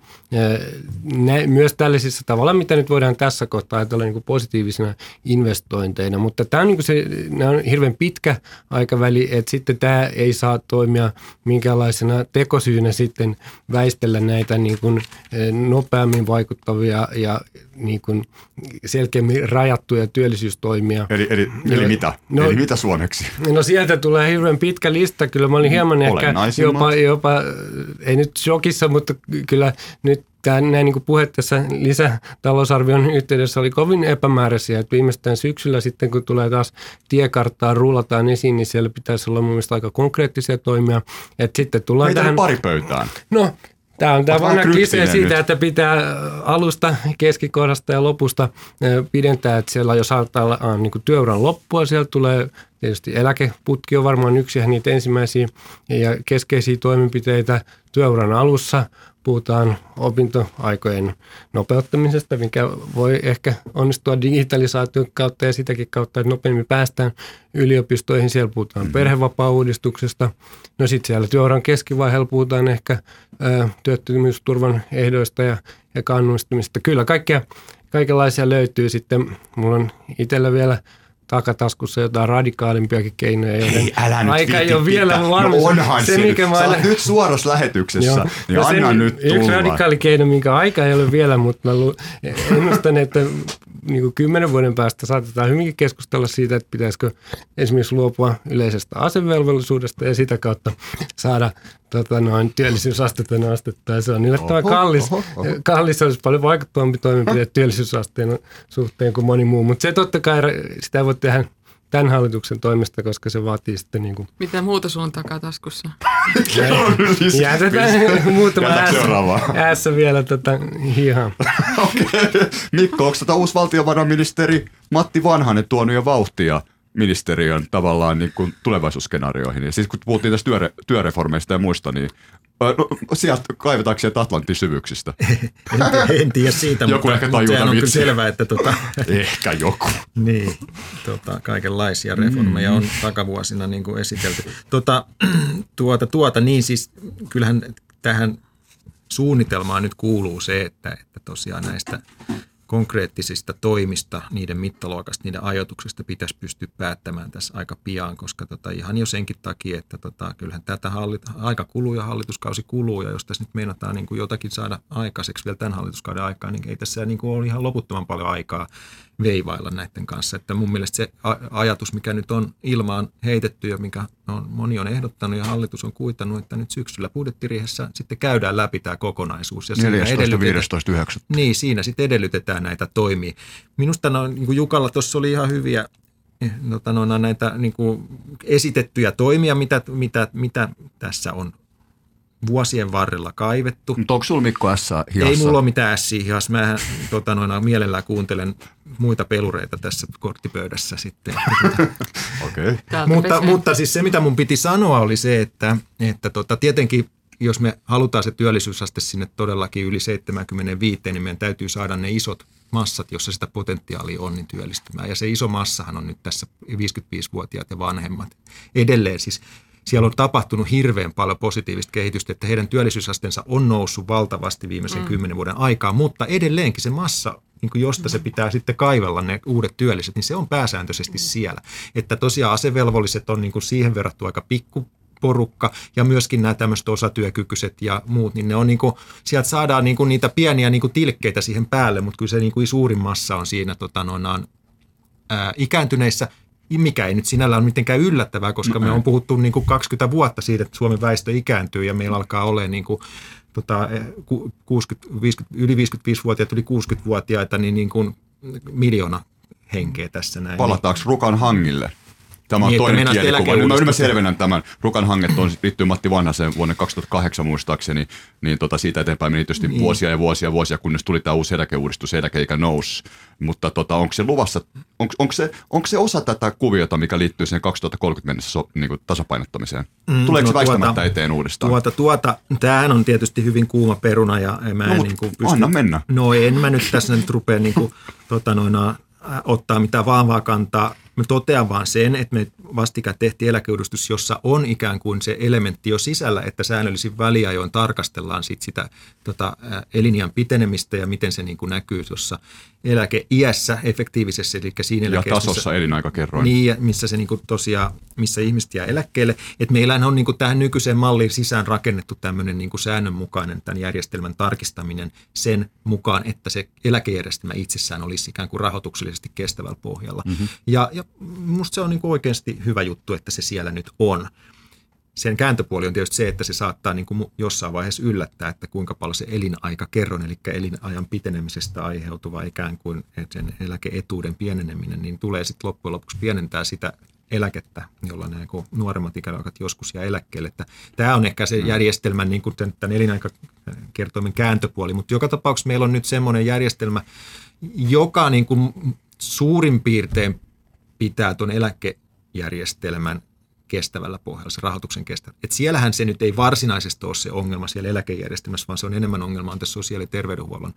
myös tällaisissa tavalla, mitä nyt voidaan tässä kohtaa ajatella niin kuin positiivisina investointeina. Mutta tämä on, niin kuin nämä on hirveän pitkä aikaväli, että sitten tämä ei saa toimia minkäänlaisena tekosyynä sitten väistellä näitä niin kuin nopeammin vaikuttavia ja niin kuin selkeämmin rajattuja työllisyystoimia. Eli mitä? No, eli mitä suomeksi? No sieltä tulee hirveän pitkä lista. Kyllä mä olin hieman ehkä jopa, ei nyt shokissa, mutta kyllä nyt näin niin kuin puhe tässä lisätalousarvion yhteydessä oli kovin epämääräisiä. Että viimeistään syksyllä sitten, kun tulee taas tiekarttaa, rullataan esiin, niin siellä pitäisi olla mun mielestä aika konkreettisia toimia. Että sitten tullaan meitä tähän pari pöytään. No, tämä on tämä vanha klisee siitä, että pitää alusta, keskikohdasta ja lopusta pidentää, että siellä jos aletaan niin kuin työuran loppua, siellä tulee tietysti eläkeputki on varmaan yksi niitä ensimmäisiä ja keskeisiä toimenpiteitä työuran alussa. Puhutaan opintoaikojen nopeuttamisesta, mikä voi ehkä onnistua digitalisaation kautta ja sitäkin kautta, että nopeammin päästään yliopistoihin. Siellä puhutaan perhevapaa-uudistuksesta. No sitten siellä työuran keskivaiheella puhutaan ehkä työttömyysturvan ehdoista ja kannustamista. Kyllä kaikenlaisia löytyy sitten. Mulla on itsellä vielä takataskussa jotain radikaalimpiakin keinoja. Ei, älä nyt aika ei ole vielä valmis. No onhan se nyt. Sä olet nyt suorassa lähetyksessä. Niin no anna nyt tulla. Yksi radikaalikeino, minkä aika ei ole vielä, mutta mä ennustan, että niin kuin 10 vuoden päästä saatetaan hyvinkin keskustella siitä, että pitäisikö esimerkiksi luopua yleisestä asevelvollisuudesta ja sitä kautta saada työllisyysastetta nostettua. Se on yllättävän kallis. Se olisi paljon vaikuttavampi toimenpide työllisyysasteen suhteen kuin moni muu. Mutta se totta kai, sitä ei voi tehdä tämän hallituksen toimesta, koska se vaatii sitten niin kuin... Mitä muuta sulla on takataskussa? Jätetään muutama äässä vielä hihaan. Okay. Mikko, onko uusi valtiovarainministeri Matti Vanhanen tuonut jo vauhtia ministeriön tavallaan niin kuin tulevaisuusskenaarioihin? Ja siis kun puhuttiin tästä työreformeista ja muista, niin Sieltä kaivetaanko sieltä Atlantin syvyyksistä? En tiedä siitä, joku mutta ehkä tajuu sehän on kyllä vitsi. selvää, että Ehkä joku. niin, kaikenlaisia reformeja on takavuosina niin kuin esitelty. Niin siis kyllähän tähän suunnitelmaan nyt kuuluu se, että tosiaan näistä konkreettisista toimista, niiden mittaluokasta, niiden ajoituksesta pitäisi pystyä päättämään tässä aika pian, koska ihan jo senkin takia, että kyllähän tätä aika kuluu ja hallituskausi kuluu, ja jos tässä nyt meinataan niin kuin jotakin saada aikaiseksi vielä tämän hallituskauden aikaa, niin ei tässä niin kuin ole ihan loputtoman paljon aikaa veivailla näiden kanssa. Että mun mielestä se ajatus, mikä nyt on ilmaan heitetty ja mikä moni on ehdottanut ja hallitus on kuitannut, että nyt syksyllä budjettiriihessä sitten käydään läpi tämä kokonaisuus. Ja 14.15.9. Niin, siinä sitten edellytetään näitä toimia. Minusta niin kuin Jukalla tuossa oli ihan hyviä näitä niin kuin esitettyjä toimia, mitä tässä on vuosien varrella kaivettu. Mutta onko sulla Mikko S hihassa? Ei mulla ole mitään ässiä hihassa. Mähän mielellään kuuntelen muita pelureita tässä korttipöydässä sitten. Okei. Mutta siis se, mitä mun piti sanoa, oli se, että tietenkin jos me halutaan se työllisyysaste sinne todellakin yli 75, niin meidän täytyy saada ne isot massat, jossa sitä potentiaalia on, niin työllistymään. Ja se iso massahan on nyt tässä 55-vuotiaat ja vanhemmat. Edelleen siis siellä on tapahtunut hirveän paljon positiivista kehitystä, että heidän työllisyysastensa on noussut valtavasti viimeisen 10 vuoden aikaa, mutta edelleenkin se massa, niin kuin josta se pitää sitten kaivella ne uudet työlliset, niin se on pääsääntöisesti siellä. Että tosiaan asevelvolliset on niin kuin siihen verrattu aika porukka ja myöskin nämä tämmöiset osatyökykyiset ja muut, niin ne on niinku, sieltä saadaan niinku niitä pieniä niinku tilkkeitä siihen päälle, mutta kyllä se niinku suurin massa on siinä ikääntyneissä, mikä ei nyt sinällään ole mitenkään yllättävää, koska me on puhuttu niinku 20 vuotta siitä, että Suomen väestö ikääntyy ja meillä alkaa olemaan niinku, yli 55-vuotiaat, yli 60-vuotiaita, niin kuin 1 miljoona henkeä tässä näin. Palataanko Rukan hangille? Tämä on niin, toinen kielikuva. Mä selvennän tämän. Rukan hanget liittyy Matti Vanhaseen vuonna 2008 muistaakseni, niin siitä eteenpäin meni tietysti vuosia ja vuosia, kunnes tuli tämä uusi eläkeuudistus, eläkeikä nousi. Mutta onko se luvassa, onko se osa tätä kuviota, mikä liittyy siihen 2030 mennessä niin kuin tasapainottamiseen? Tuleeko se väistämättä eteen uudestaan? Tämähän on tietysti hyvin kuuma peruna ja mä en niin kuin pysty. Anna mennä. No en mä nyt tässä nyt rupea niin kuin, ottaa mitään vahvaa kantaa. Mä totean vaan sen, että me vastikään tehtiin eläkeuudistus, jossa on ikään kuin se elementti jo sisällä, että säännöllisin väliajoin tarkastellaan sitä eliniän pitenemistä ja miten se niin kuin näkyy tuossa eläkeiässä efektiivisessä, eli siinä eläkeessä. Ja tasossa elinaikakerroin. Niin, missä se niin kuin tosiaan, missä ihmiset jää eläkkeelle. Että meillähän on niin kuin tähän nykyiseen malliin sisään rakennettu tämmöinen niin kuin säännönmukainen tämän järjestelmän tarkistaminen sen mukaan, että se eläkejärjestelmä itsessään olisi ikään kuin rahoituksellisesti kestävällä pohjalla. Mm-hmm. Ja musta se on niin kuin oikeasti hyvä juttu, että se siellä nyt on. Sen kääntöpuoli on tietysti se, että se saattaa niin kuin jossain vaiheessa yllättää, että kuinka paljon se elinaikakerroin, eli elinajan pitenemisestä aiheutuva ikään kuin sen eläkeetuuden pieneneminen, niin tulee sitten loppujen lopuksi pienentää sitä eläkettä, jolla nämä nuoremmat ikäluokat joskus jää eläkkeelle. Että tämä on ehkä se järjestelmän niin kuin tämän elinaikakertoimen kääntöpuoli, mutta joka tapauksessa meillä on nyt semmoinen järjestelmä, joka niin kuin suurin piirtein pitää tuon eläkejärjestelmän kestävällä pohjalla, se rahoituksen kestävä. Et siellähän se nyt ei varsinaisesti ole se ongelma siellä eläkejärjestelmässä, vaan se on enemmän ongelma on tässä sosiaali- ja terveydenhuollon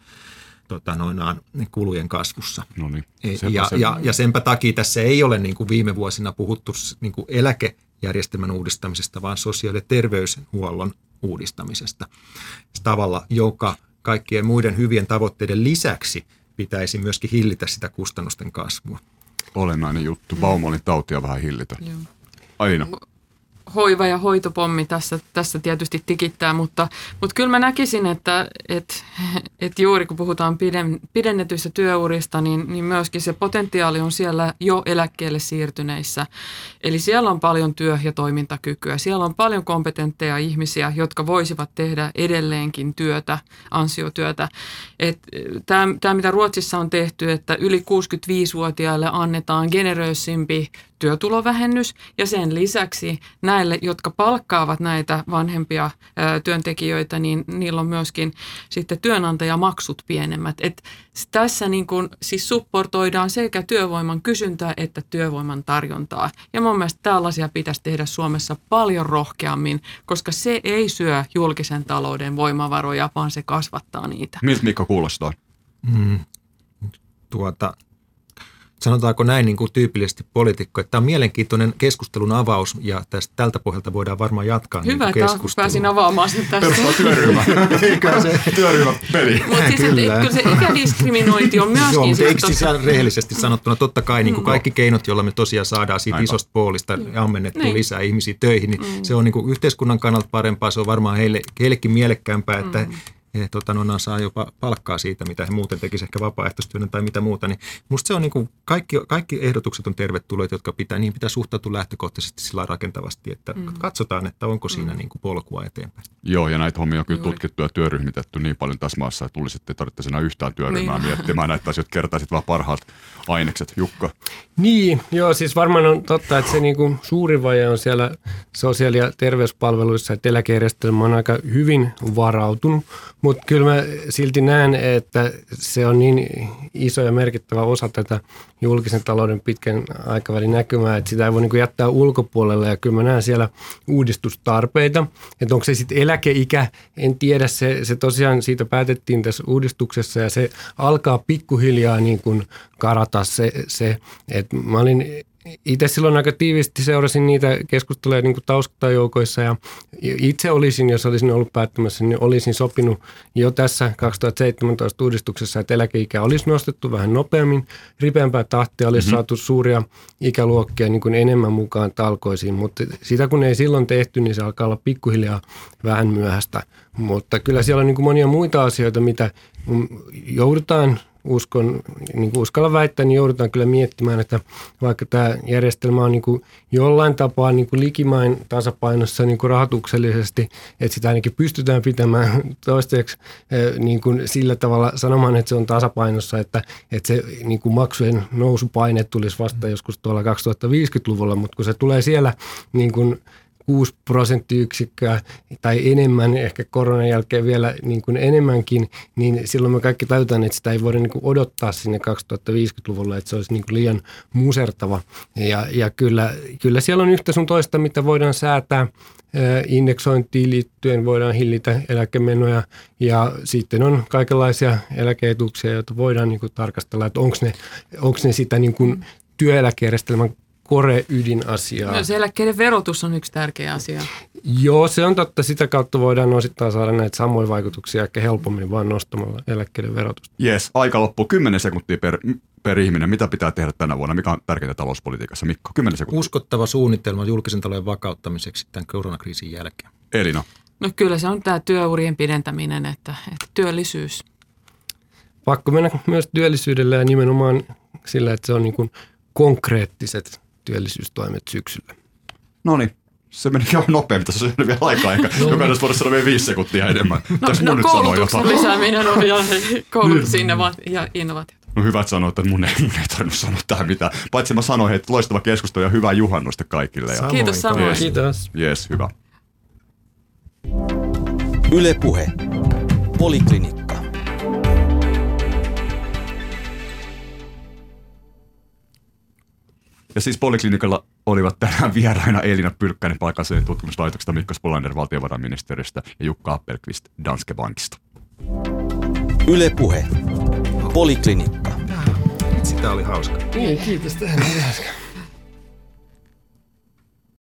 kulujen kasvussa. No niin, ja senpä takia tässä ei ole niin kuin viime vuosina puhuttu niin kuin eläkejärjestelmän uudistamisesta, vaan sosiaali- ja terveyshuollon uudistamisesta. Tavalla, joka kaikkien muiden hyvien tavoitteiden lisäksi pitäisi myöskin hillitä sitä kustannusten kasvua. Olennainen juttu. Baumonin tautia vähän hillitä. Joo. Aina. Hoiva- ja hoitopommi tässä tietysti tikittää, mutta kyllä mä näkisin, että juuri kun puhutaan pidennetyistä työurista, niin myöskin se potentiaali on siellä jo eläkkeelle siirtyneissä. Eli siellä on paljon työ- ja toimintakykyä. Siellä on paljon kompetentteja ihmisiä, jotka voisivat tehdä edelleenkin työtä, ansiotyötä. Tämä, mitä Ruotsissa on tehty, että yli 65-vuotiaille annetaan generöisimpi työtulovähennys ja sen lisäksi näille näille, jotka palkkaavat näitä vanhempia työntekijöitä, niin niillä on myöskin sitten työnantajamaksut pienemmät. Et tässä niin kun, siis supportoidaan sekä työvoiman kysyntää että työvoiman tarjontaa. Ja mun mielestä tällaisia pitäisi tehdä Suomessa paljon rohkeammin, koska se ei syö julkisen talouden voimavaroja, vaan se kasvattaa niitä. Miltä Mikko kuulostaa? Sanotaanko näin niin kuin tyypillisesti poliitikko, että tämä on mielenkiintoinen keskustelun avaus ja tältä pohjalta voidaan varmaan jatkaa hyvä, niin keskustelua. että pääsin avaamaan sen tässä. Perustaa työryhmä. Työryhmäpeli. Mutta siis kyllä se ikädiskriminointi on myöskin... Joo, mutta eikö siis rehellisesti sanottuna totta kai niin kuin kaikki keinot, joilla me tosiaan saadaan siitä isosta poolista ammennettua lisää ihmisiä töihin, niin se on niin kuin yhteiskunnan kannalta parempaa, se on varmaan heillekin mielekkäämpää, että saa jopa palkkaa siitä, mitä he muuten tekisivät ehkä vapaaehtoistyönä tai mitä muuta. Niin musta se on niin kuin kaikki ehdotukset on tervetulleet, jotka niihin pitää suhtautua lähtökohtaisesti sillä rakentavasti, että katsotaan, että onko siinä niin kuin polkua eteenpäin. Joo, ja näitä hommia on kyllä tutkittu ja työryhmitetty niin paljon tässä maassa, että tulisitte tarvitseena yhtään työryhmää miettimään näitä asioita, kertaisit vaan parhaat ainekset. Jukka. Niin, joo, siis varmaan on totta, että se niin kuin suuri vaje on siellä sosiaali- ja terveyspalveluissa, että eläkejärjestelmä on aika hyvin varautunut. Mutta kyllä mä silti näen, että se on niin iso ja merkittävä osa tätä julkisen talouden pitkän aikavälin näkymää, että sitä ei voi niin kuin jättää ulkopuolelle. Ja kyllä mä näen siellä uudistustarpeita. Että onko se sitten eläkeikä, en tiedä. Se tosiaan siitä päätettiin tässä uudistuksessa ja se alkaa pikkuhiljaa niin kuin karata se että mä olin itse silloin aika tiivisti seurasin niitä keskusteluja niin kuin taustajoukoissa ja itse olisin, jos olisin ollut päättämässä, niin olisin sopinut jo tässä 2017 uudistuksessa, että eläkeikä olisi nostettu vähän nopeammin, ripeämpää tahtia, olisi saatu suuria ikäluokkia niin kuin enemmän mukaan talkoisiin, mutta sitä kun ei silloin tehty, niin se alkaa olla pikkuhiljaa vähän myöhäistä, mutta kyllä siellä on niin kuin monia muita asioita, mitä joudutaan niin kuin uskalla väittää, niin joudutaan kyllä miettimään, että vaikka tämä järjestelmä on niin kuin jollain tapaa niin kuin likimain tasapainossa niin kuin rahoituksellisesti, että sitä ainakin pystytään pitämään toistaiseksi niin kuin sillä tavalla sanomaan, että se on tasapainossa, että se niin kuin maksujen nousupaine tulisi vasta joskus tuolla 2050-luvulla, mutta kun se tulee siellä niin kuin 6 prosenttiyksikköä tai enemmän, ehkä koronan jälkeen vielä niin kuin enemmänkin, niin silloin me kaikki tajutaan, että sitä ei voida niin kuin odottaa sinne 2050-luvulle, että se olisi niin kuin liian musertava. Ja kyllä siellä on yhtä sun toista, mitä voidaan säätää. Indeksointiin liittyen voidaan hillitä eläkemenoja ja sitten on kaikenlaisia eläke-etuuksia, joita voidaan niin kuin tarkastella, että onko ne sitä niin kuin työeläkejärjestelmän ydinasiaa. No, se eläkkeiden verotus on yksi tärkeä asia. Joo, se on totta. Sitä kautta voidaan osittain saada näitä samoja vaikutuksia ehkä helpommin vaan nostamalla eläkkeiden verotusta. Jes, aika loppuu 10 sekuntia per ihminen. Mitä pitää tehdä tänä vuonna? Mikä on tärkeintä talouspolitiikassa? Mikko, 10 sekuntia. Uskottava suunnitelma julkisen talouden vakauttamiseksi tämän koronakriisin jälkeen. Elina. No kyllä se on tämä työurien pidentäminen, että työllisyys. Pakko mennä myös työllisyydellä ja nimenomaan sillä, että se on niin kuin konkreettiset työllisyystoimet syksyllä. No niin, se meni ihan nopeammin. Tässä on vielä aikaa ehkä. Jokainen voisi sanoa vielä 5 sekuntia enemmän. Koulutuksen lisääminen on ja koulutus ja innovaatio. No hyvä, että sanoit, että mun ei tarvinnut sanoa tähän mitään. Paitsi mä sanoin, että loistava keskustelu ja hyvää juhannusta kaikille. Kiitos samoin. Kiitos. Jes, hyvä. Yle Puhe. Poliklinikka. Ja siis Poliklinikalla olivat tänään vieraina Elina Pylkkäinen paikallisen tutkimuslaitoksesta, Mikko Spolander valtiovarainministeriöstä ja Jukka Appelqvist Danske Bankista. Yle Puhe. Poliklinikka. Sitä oli hauska. Niin, kiitos. Tähän oli hauska.